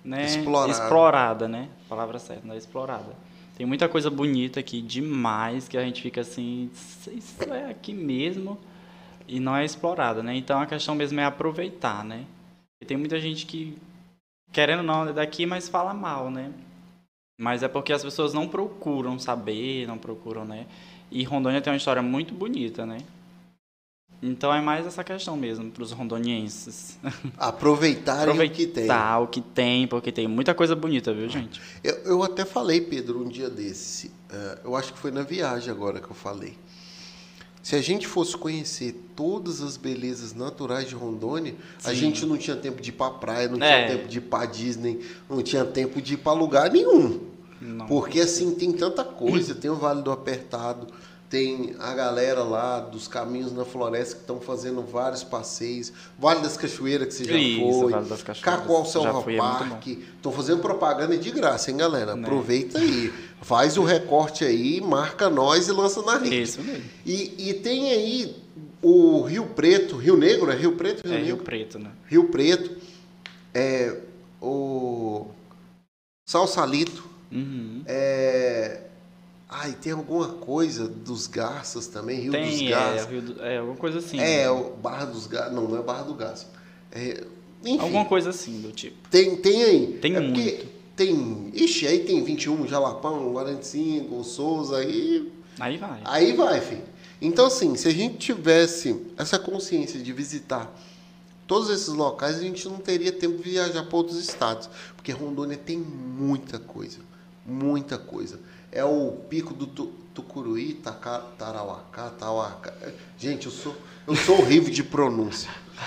Speaker 2: né,
Speaker 1: Explorada.
Speaker 2: explorada, né? A palavra certa, não é explorada. Tem muita coisa bonita aqui, demais, que a gente fica assim, isso é aqui mesmo, e não é explorada, né? Então a questão mesmo é aproveitar, né? E tem muita gente que, querendo ou não, é daqui, mas fala mal, né? Mas é porque as pessoas não procuram saber, não procuram, né? E Rondônia tem uma história muito bonita, né? Então é mais essa questão mesmo para os rondonienses.
Speaker 1: Aproveitarem
Speaker 2: Aproveitar
Speaker 1: o que tem.
Speaker 2: o que tem, porque tem muita coisa bonita, viu, gente?
Speaker 1: Eu, eu até falei, Pedro, um dia desse, uh, eu acho que foi na viagem agora que eu falei. Se a gente fosse conhecer todas as belezas naturais de Rondônia, Sim. a gente não tinha tempo de ir para a praia, não
Speaker 2: É.
Speaker 1: tinha tempo de ir para Disney, não tinha tempo de ir para lugar nenhum.
Speaker 2: Não.
Speaker 1: Porque assim, tem tanta coisa, tem o Vale do Apertado, tem a galera lá dos Caminhos na Floresta que estão fazendo vários passeios, Vale das Cachoeiras que você já
Speaker 2: Isso,
Speaker 1: foi,
Speaker 2: Vale das Cachoeiras.
Speaker 1: Cacoal
Speaker 2: Já
Speaker 1: Selva
Speaker 2: fui, é muito
Speaker 1: Park, estão fazendo propaganda de graça, hein, galera?
Speaker 2: Né?
Speaker 1: Aproveita aí, faz o recorte aí, marca nós e lança na rede.
Speaker 2: Isso mesmo.
Speaker 1: E, e tem aí o Rio Preto, Rio Negro, é Rio Preto? Rio
Speaker 2: É
Speaker 1: Negro?
Speaker 2: Rio Preto, né?
Speaker 1: Rio Preto, é, o Salsalito,
Speaker 2: Uhum.
Speaker 1: é... Ai, tem alguma coisa dos Garças também, Rio
Speaker 2: Tem,
Speaker 1: dos
Speaker 2: é,
Speaker 1: Garças.
Speaker 2: Rio do, é, alguma coisa assim.
Speaker 1: É,
Speaker 2: né?
Speaker 1: o Barra dos Garças. Não, não é Barra do Garça. É, enfim,
Speaker 2: Alguma coisa assim, do tipo.
Speaker 1: tem, tem aí.
Speaker 2: Tem
Speaker 1: é porque
Speaker 2: muito.
Speaker 1: Tem. Ixi, aí tem vinte e um, Jalapão, quarenta e cinco, Souza, aí.
Speaker 2: Aí vai.
Speaker 1: Aí vai, filho. Então, assim, se a gente tivesse essa consciência de visitar todos esses locais, a gente não teria tempo de viajar para outros estados. Porque Rondônia tem muita coisa. Muita coisa. É o pico do tu, Tucuruí, Taca, Tarauacá, Tauacá. Gente, eu sou, eu sou horrível de pronúncia.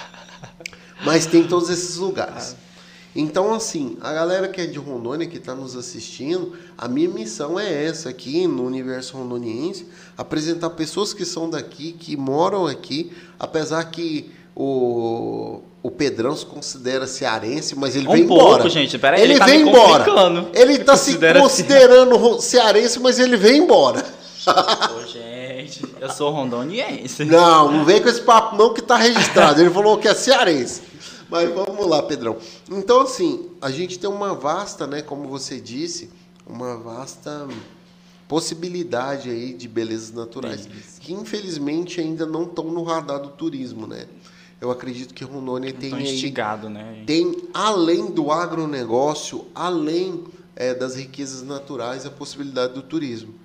Speaker 1: Mas tem todos esses lugares. Então, assim, a galera que é de Rondônia, que está nos assistindo, a minha missão é essa aqui, no Universo Rondoniense, apresentar pessoas que são daqui, que moram aqui, apesar que o... O Pedrão se considera cearense, mas ele
Speaker 2: Um
Speaker 1: vem
Speaker 2: pouco,
Speaker 1: embora.
Speaker 2: gente. Pera aí,
Speaker 1: ele
Speaker 2: ele tá
Speaker 1: vem
Speaker 2: me
Speaker 1: embora.
Speaker 2: complicando.
Speaker 1: Ele está se
Speaker 2: Considera
Speaker 1: considerando cearense, mas ele vem embora.
Speaker 2: Ô, gente, eu sou rondoniense.
Speaker 1: Não, não vem com esse papo não que está registrado. Ele falou que é cearense. Mas vamos lá, Pedrão. Então, assim, a gente tem uma vasta, né, como você disse, uma vasta possibilidade aí de belezas naturais,
Speaker 2: Isso.
Speaker 1: que infelizmente ainda não estão no radar do turismo, né? Eu acredito que Rondônia tem aí,
Speaker 2: instigado, né?
Speaker 1: tem, além do agronegócio, além é, das riquezas naturais, a possibilidade do turismo.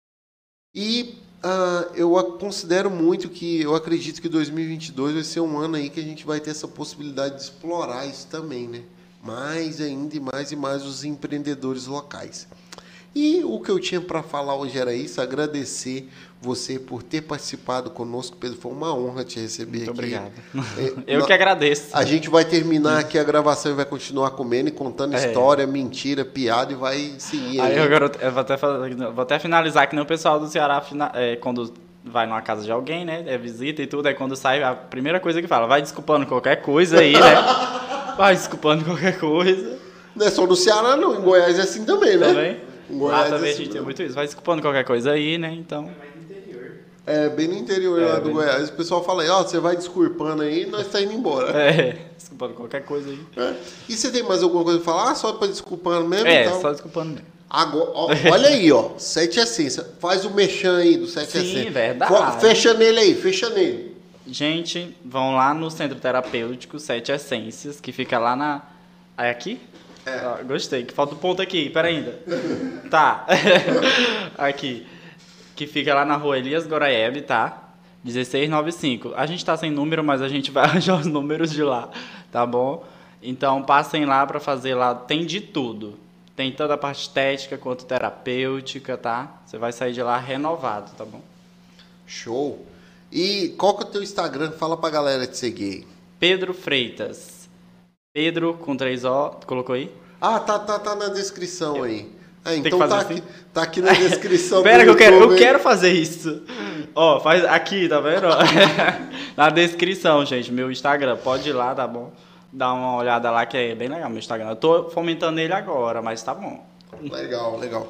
Speaker 1: E uh, eu considero muito que, eu acredito que dois mil e vinte e dois vai ser um ano aí que a gente vai ter essa possibilidade de explorar isso também, né? Mais ainda e mais e mais os empreendedores locais. E o que eu tinha para falar hoje era isso, agradecer você por ter participado conosco, Pedro. Foi uma honra te receber
Speaker 2: Muito
Speaker 1: aqui.
Speaker 2: obrigado.
Speaker 1: É,
Speaker 2: Eu que agradeço.
Speaker 1: A gente vai terminar aqui a gravação e vai continuar comendo e contando
Speaker 2: É.
Speaker 1: história, mentira, piada e vai seguir.
Speaker 2: Aí
Speaker 1: aí.
Speaker 2: eu, agora, eu vou, até, falar- vou até finalizar que nem o pessoal do Ceará, fina- é, quando vai numa casa de alguém, né? É visita e tudo, aí quando sai, a primeira coisa que fala, vai desculpando qualquer coisa aí, né? Vai desculpando qualquer coisa.
Speaker 1: Não é só no Ceará, não. Em Goiás é assim também, né?
Speaker 2: Também.
Speaker 1: Em
Speaker 2: Lá
Speaker 1: Goiás
Speaker 2: também
Speaker 1: é
Speaker 2: a gente
Speaker 1: assim
Speaker 2: tem
Speaker 1: mesmo.
Speaker 2: muito isso. Vai desculpando qualquer coisa aí, né? Então.
Speaker 1: É, bem no interior
Speaker 2: É,
Speaker 1: lá do
Speaker 2: bem-
Speaker 1: Goiás. O pessoal fala aí, ó, você vai desculpando aí e nós tá indo embora.
Speaker 2: É, desculpando qualquer coisa aí.
Speaker 1: É. E você tem mais alguma coisa pra falar? Ah, só pra desculpando mesmo?
Speaker 2: É,
Speaker 1: então?
Speaker 2: só desculpando mesmo.
Speaker 1: Agora, ó, olha aí, ó. Sete Essência. Faz o mechan aí do Sete
Speaker 2: Sim,
Speaker 1: Essência.
Speaker 2: verdade.
Speaker 1: Fo- Fecha nele aí, fecha nele.
Speaker 2: Gente, vão lá no Centro Terapêutico Sete Essências, que fica lá na... É aqui?
Speaker 1: É.
Speaker 2: Ó, gostei, que falta o ponto aqui, pera ainda. Tá. Aqui. Que fica lá na rua Elias Goraeb, tá? dezesseis noventa e cinco. A gente tá sem número, mas a gente vai arranjar os números de lá, tá bom? Então passem lá pra fazer lá, tem de tudo. Tem toda a parte estética quanto terapêutica, tá? Você vai sair de lá renovado, tá bom?
Speaker 1: Show. E qual que é o teu Instagram? Fala pra galera te seguir aí.
Speaker 2: Pedro Freitas. Pedro com três O, colocou aí?
Speaker 1: Ah, tá, tá, tá na descrição aí. Ah,
Speaker 2: que
Speaker 1: então
Speaker 2: fazer
Speaker 1: tá,
Speaker 2: assim?
Speaker 1: aqui, tá aqui na descrição.
Speaker 2: Pera
Speaker 1: do
Speaker 2: que eu quero, eu
Speaker 1: YouTube, hein?
Speaker 2: quero fazer isso. Ó, faz aqui, tá vendo? Na descrição, gente, meu Instagram. Pode ir lá, tá bom? Dá uma olhada lá que é bem legal meu Instagram. Eu tô fomentando ele agora, mas tá bom.
Speaker 1: Legal, legal.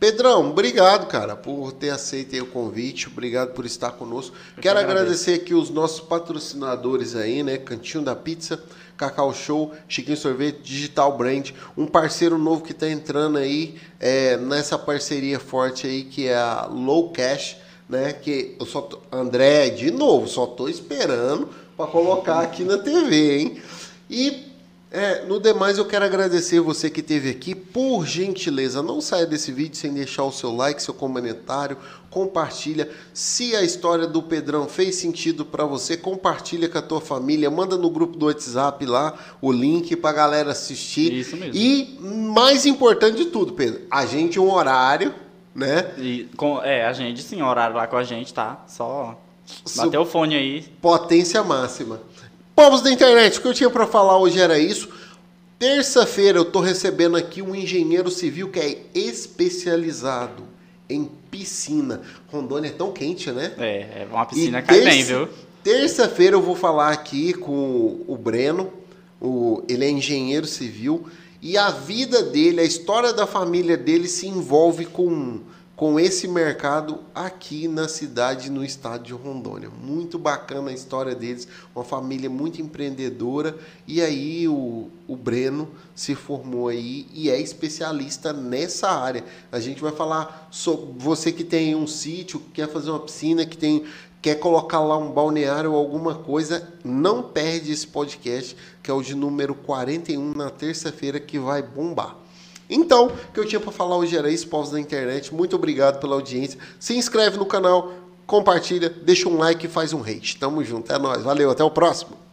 Speaker 1: Pedrão, obrigado, cara, por ter aceito aí o convite, obrigado por estar conosco.
Speaker 2: Eu
Speaker 1: Quero
Speaker 2: que agradeço.
Speaker 1: agradecer aqui os nossos patrocinadores aí, né? Cantinho da Pizza, Cacau Show, Chiquinho Sorvete, Digital Brand, um parceiro novo que está entrando aí é, nessa parceria forte aí, que é a Low Cash, né? Que eu só tô... André, de novo, só tô esperando para colocar aqui na T V, hein? E é, no demais eu quero agradecer você que esteve aqui. Por gentileza, não saia desse vídeo sem deixar o seu like, seu comentário, compartilha. Se a história do Pedrão fez sentido para você, compartilha com a tua família, manda no grupo do WhatsApp lá o link para galera assistir.
Speaker 2: Isso mesmo.
Speaker 1: E mais importante de tudo, Pedro, a gente um horário, né?
Speaker 2: E com, é, a gente, sim, o horário lá com a gente, tá? Só bater o fone aí.
Speaker 1: Potência máxima. Povos da internet, o que eu tinha para falar hoje era isso. Terça-feira eu tô recebendo aqui um engenheiro civil que é especializado em piscina. Rondônia é tão quente, né?
Speaker 2: É, é uma piscina
Speaker 1: E
Speaker 2: que cai
Speaker 1: terça-
Speaker 2: bem, viu?
Speaker 1: Terça-feira eu vou falar aqui com o Breno. O, ele é engenheiro civil. E a vida dele, a história da família dele se envolve com, com esse mercado aqui na cidade, no estado de Rondônia. Muito bacana a história deles, uma família muito empreendedora. E aí o, o Breno se formou aí e é especialista nessa área. A gente vai falar sobre você que tem um sítio, quer fazer uma piscina, que tem... quer colocar lá um balneário ou alguma coisa, não perde esse podcast, que é o de número quarenta e um, na terça-feira, que vai bombar. Então, o que eu tinha para falar hoje era isso, povos da internet. Muito obrigado pela audiência. Se inscreve no canal, compartilha, deixa um like e faz um hate. Tamo junto, é nóis. Valeu, até o próximo.